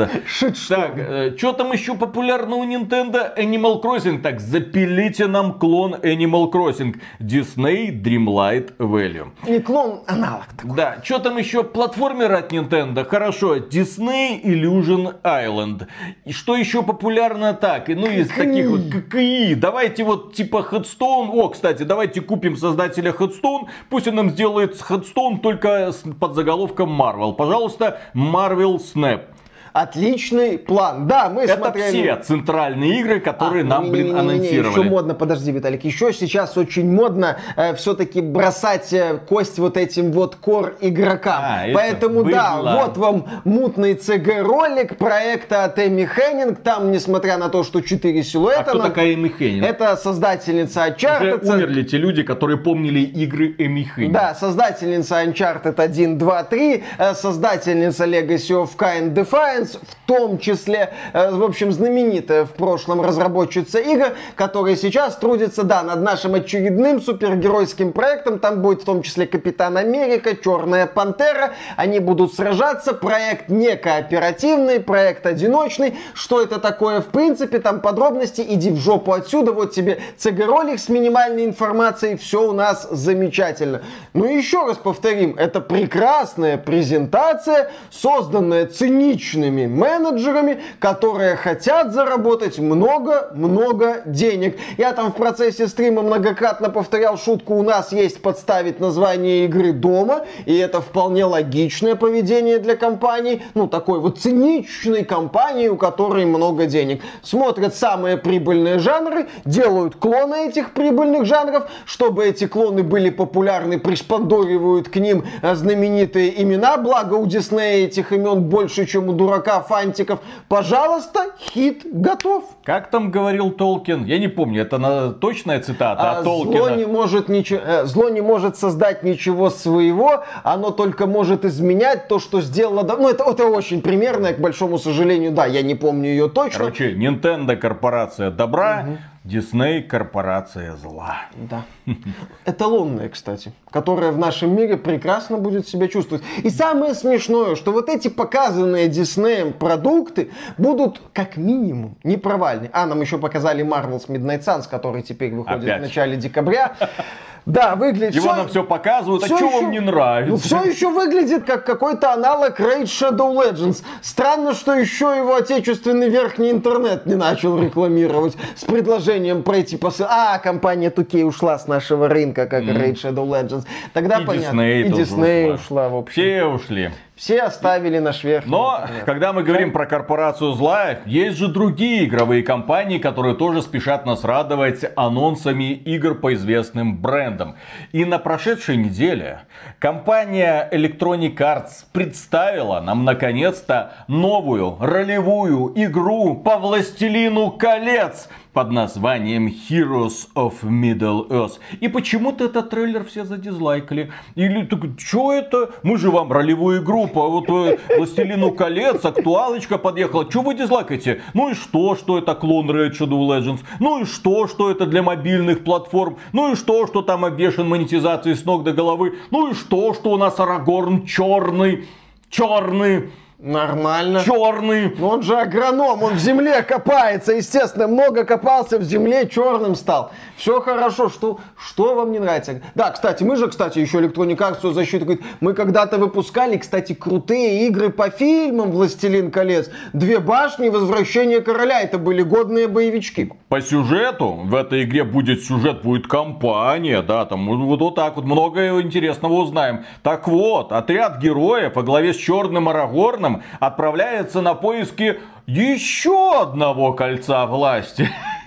Так, что там еще популярно у Nintendo? Animal Crossing. Так, запилите нам клон Animal Crossing. Disney Dreamlight Valley. Не клон, аналог такой. Да, что там еще? Платформер от Nintendo. Хорошо. Disney Illusion Island. И что еще популярно так? Ну, из таких вот ККИ. Давайте вот типа Headstone. О, кстати, давайте купим создателя Headstone. Пусть он нам сделает Headstone только с подзаголовком Marvel. Пожалуйста, Marvel Snap. Отличный план. Да, мы Это смотрели... все центральные игры, которые нам, анонсировали. Еще модно, подожди, Виталик, еще сейчас очень модно все-таки бросать кость вот этим вот кор игрокам. Поэтому да, вот вам мутный CG-ролик проекта от Эми Хеннинг. Там, несмотря на то, что 4 силуэта... А кто такая Эми Хеннинг? Это создательница Uncharted. Уже умерли те люди, которые помнили игры Эми Хеннинг. Да, создательница Uncharted 1, 2, 3, создательница Legacy of Kain Defiance, в том числе, в общем, знаменитая в прошлом разработчица игр, которая сейчас трудится, да, над нашим очередным супергеройским проектом. Там будет в том числе Капитан Америка, Черная Пантера. Они будут сражаться. Проект не кооперативный, проект одиночный. Что это такое, в принципе, там подробности, иди в жопу отсюда. Вот тебе CG-ролик с минимальной информацией. Все у нас замечательно. Ну и еще раз повторим, это прекрасная презентация, созданная циничными менеджерами, которые хотят заработать много-много денег. Я там в процессе стрима многократно повторял шутку: у нас есть подставить название игры дома, и это вполне логичное поведение для компании, ну такой вот циничной компании, у которой много денег. Смотрят самые прибыльные жанры, делают клоны этих прибыльных жанров, чтобы эти клоны были популярны, пришпандоривают к ним знаменитые имена, благо у Диснея этих имен больше, чем у дурака фантиков. Пожалуйста, хит готов. Как там говорил Толкин? Я не помню, это точная цитата от Толкина. Зло не может создать ничего своего, оно только может изменять то, что сделало... Ну, это очень примерно, к большому сожалению, да, я не помню ее точно. Короче, Nintendo корпорация добра, Disney корпорация зла. Да. Эталонная, кстати, которая в нашем мире прекрасно будет себя чувствовать. И самое смешное, что вот эти показанные Диснеем продукты будут как минимум не провальны. Нам еще показали Marvel's Midnight Suns, который теперь выходит в начале декабря. Да, выглядит... Его нам все показывают, что вам не нравится? Ну, все еще выглядит как какой-то аналог Raid Shadow Legends. Странно, что еще его отечественный верхний интернет не начал рекламировать с предложением пройти по... компания 2K ушла с нашего рынка, как Raid Shadow Legends. Тогда и понятно. Disney ушла, в общем. Все ушли. Все оставили наш верхний интернет. Когда мы говорим про корпорацию зла, есть же другие игровые компании, которые тоже спешат нас радовать анонсами игр по известным брендам. И на прошедшей неделе компания Electronic Arts представила нам наконец-то новую ролевую игру по Властелину колец под названием Heroes of Middle-earth. И почему-то этот трейлер все задизлайкали. Или так, что это? Мы же вам ролевую игру по Властелину колец, актуалочка подъехала. Что вы дизлайкаете? Ну и что это клон Raid Shadow Legends? Ну и что это для мобильных платформ? Ну и что там обвешен монетизацией с ног до головы? Ну и что у нас Арагорн черный? Нормально. Черный. Но он же агроном, он в земле копается, естественно, много копался в земле, черным стал. Все хорошо, что вам не нравится? Да, кстати, мы же, еще Electronic Arts в свою защиту говорит, мы когда-то выпускали, кстати, крутые игры по фильмам «Властелин колец». «Две башни» и «Возвращение короля». Это были годные боевички. По сюжету, в этой игре будет кампания, да, там вот так вот многое интересного узнаем. Так вот, отряд героев во главе с черным Арагорном отправляется на поиски еще одного кольца власти.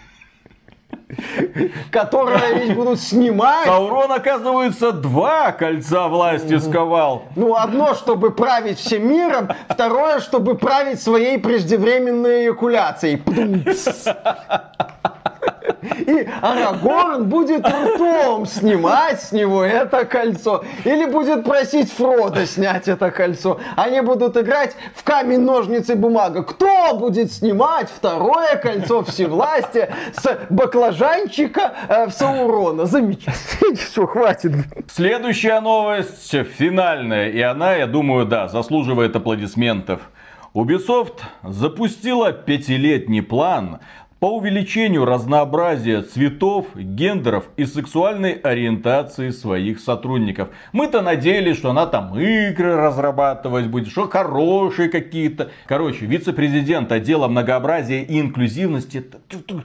Которое ведь будут снимать. Саурон, оказывается, 2 кольца власти сковал. Ну, одно, чтобы править всем миром, второе, чтобы править своей преждевременной эякуляцией. И Арагорн будет ртом снимать с него это кольцо. Или будет просить Фродо снять это кольцо. Они будут играть в камень, ножницы, бумага. Кто будет снимать второе кольцо всевластия с баклажанчика в Саурона? Замечательно. Все, хватит. Следующая новость финальная. И она, я думаю, да, заслуживает аплодисментов. Ubisoft запустила 5-летний план по увеличению разнообразия цветов, гендеров и сексуальной ориентации своих сотрудников. Мы-то надеялись, что она там игры разрабатывать будет, что хорошие какие-то. Короче, вице-президент отдела многообразия и инклюзивности — это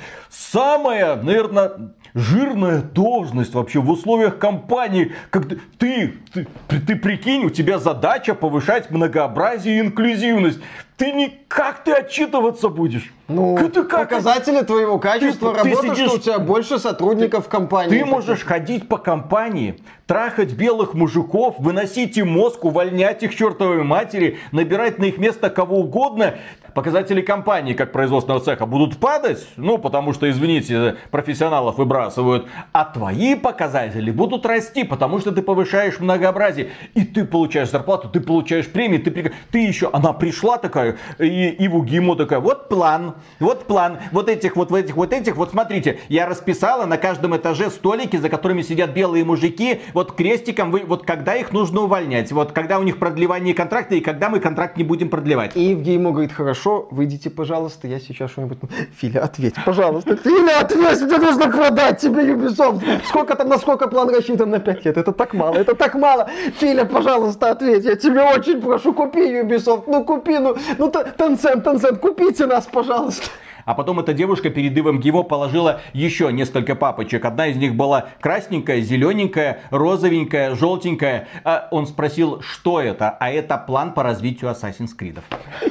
самая, наверное, жирная должность вообще в условиях компании. Когда ты прикинь, у тебя задача повышать многообразие и инклюзивность. Как ты отчитываться будешь? Ну, показатели твоего качества работы, что у тебя больше сотрудников в компании. Ты можешь ходить по компании, трахать белых мужиков, выносить им мозг, увольнять их чертовой матери, набирать на их место кого угодно. Показатели компании, как производственного цеха, будут падать, потому что, извините, профессионалов выбрасывают. А твои показатели будут расти, потому что ты повышаешь многообразие. И ты получаешь зарплату, ты получаешь премии, ты еще, она пришла такая, и Иву Гиму такая, вот план, вот этих, смотрите, я расписала на каждом этаже столики, за которыми сидят белые мужики, вот крестиком, вот когда их нужно увольнять, вот когда у них продлевание контракта и когда мы контракт не будем продлевать. И Ив Гиму говорит, хорошо, выйдите, пожалуйста, я сейчас что-нибудь... Филя, ответь, пожалуйста. Филя, ответь, мне нужно продать тебе Ubisoft. Насколько план рассчитан на 5 лет? Это так мало. Филя, пожалуйста, ответь, я тебя очень прошу, купи Ubisoft, купи, Tencent, купите нас, пожалуйста. А потом эта девушка перед Ивом Гимо положила еще несколько папочек. Одна из них была красненькая, зелененькая, розовенькая, желтенькая. Он спросил, что это? А это план по развитию Assassin's Creed.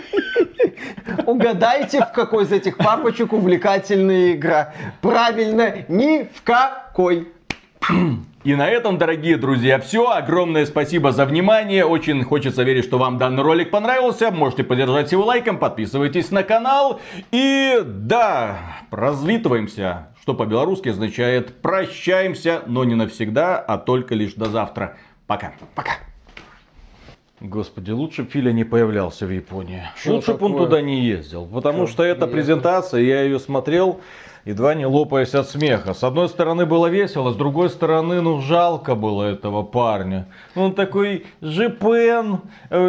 Угадайте, в какой из этих папочек увлекательная игра. Правильно, ни в какой. И на этом, дорогие друзья, все. Огромное спасибо за внимание. Очень хочется верить, что вам данный ролик понравился. Можете поддержать его лайком, подписывайтесь на канал. И да, развитываемся, что по-белорусски означает прощаемся, но не навсегда, а только лишь до завтра. Пока. Господи, лучше бы Филя не появлялся в Японии. Лучше бы он туда не ездил. Потому что эта презентация, я ее смотрел, едва не лопаясь от смеха. С одной стороны было весело, с другой стороны, жалко было этого парня. Он такой, Japan,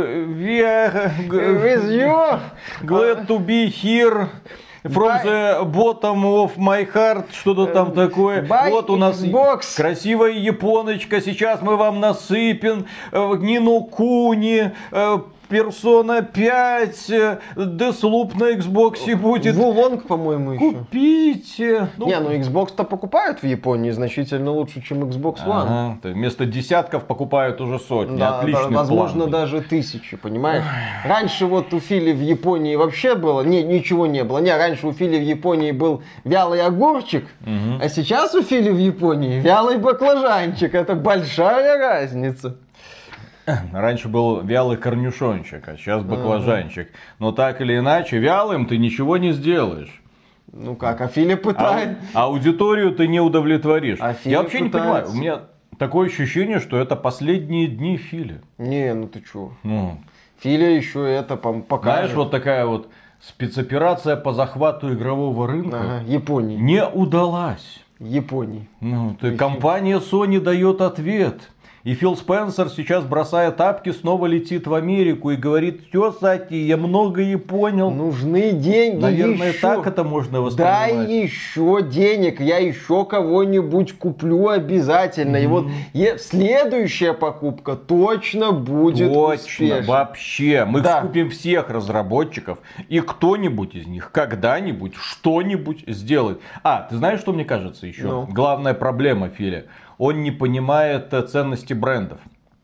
glad to be here. From the bottom of my heart, что-то там такое. Вот у нас Xbox. Красивая японочка, сейчас мы вам насыпем Нину Куни, Persona 5, Deathloop на Xbox будет. Вулонг, по-моему, еще. Купите. Xbox-то покупают в Японии значительно лучше, чем Xbox One. Вместо десятков покупают уже сотни. Да, отличный возможно, план. Даже тысячи, понимаешь? Раньше вот у Фили в Японии вообще было, ничего не было. Раньше у Фили в Японии был вялый огурчик, а сейчас у Фили в Японии вялый баклажанчик. Это большая разница. Раньше был вялый корнюшончик, а сейчас баклажанчик. Но так или иначе, вялым ты ничего не сделаешь. А Филя пытает. Аудиторию ты не удовлетворишь. Я вообще пытается. не понимаю, у меня такое ощущение, что это последние дни Фили. Не, ты чё? Филя еще это покажет. Знаешь, вот такая вот спецоперация по захвату игрового рынка Японии. не удалась. Японии. Компания Sony дает ответ. И Фил Спенсер сейчас, бросая тапки, снова летит в Америку и говорит: все, Сати, я многое понял. Нужны деньги. Наверное, еще. так это можно воспринимать. Дай еще денег, я еще кого-нибудь куплю обязательно. И вот следующая покупка точно будет успешной. Вообще. Мы купим всех разработчиков, и кто-нибудь из них когда-нибудь что-нибудь сделает. Ты знаешь, что мне кажется еще? Главная проблема Филя. Он не понимает ценности брендов.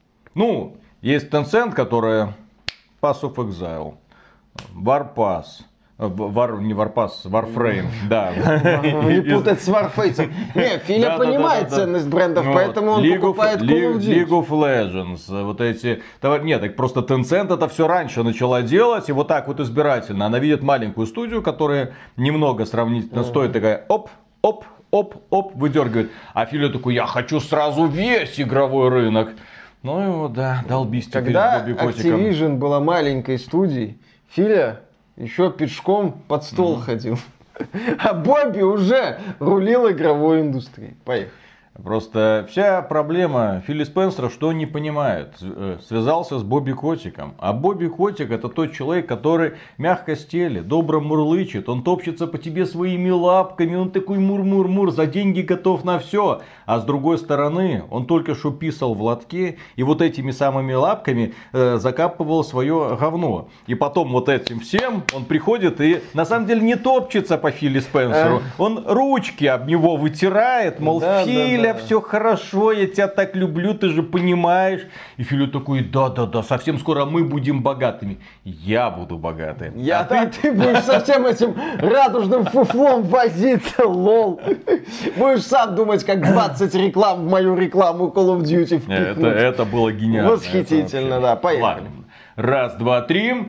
Есть Tencent, которая Pass of Exile, Warpass, не Warpass, Warframe, да. Не путать с Warface. Филя понимает ценность брендов, поэтому он покупает Call of Duty. League of Legends, вот эти... Нет, так просто Tencent это все раньше начала делать, и вот так вот избирательно. Она видит маленькую студию, которая немного сравнительно стоит, такая оп, оп, выдергивает. А Филя такой, я хочу сразу весь игровой рынок. Ну его, да, долбись теперь Когда с Бобби Котиком. Activision была маленькой студией, Филя еще пешком под стол ходил. А Бобби уже рулил игровой индустрией. Поехали. Просто вся проблема Филли Спенсера, что он не понимает, связался с Бобби Котиком. А Бобби Котик это тот человек, который мягко стелет, добро мурлычет, он топчется по тебе своими лапками, он такой мур-мур-мур, за деньги готов на все. А с другой стороны, он только что писал в лотке и вот этими самыми лапками закапывал свое говно. И потом вот этим всем он приходит и на самом деле не топчется по Филли Спенсеру, он ручки об него вытирает, мол, Филя, все хорошо, я тебя так люблю, ты же понимаешь. И Филя такой, да, совсем скоро мы будем богатыми. Я буду богатым. Ты будешь со всем этим радужным фуфлом возиться, лол. Будешь сам думать, как 20 реклам в мою рекламу Call of Duty впихнуть. Это было гениально. Восхитительно, да, поехали. Ладно. Раз, два, три.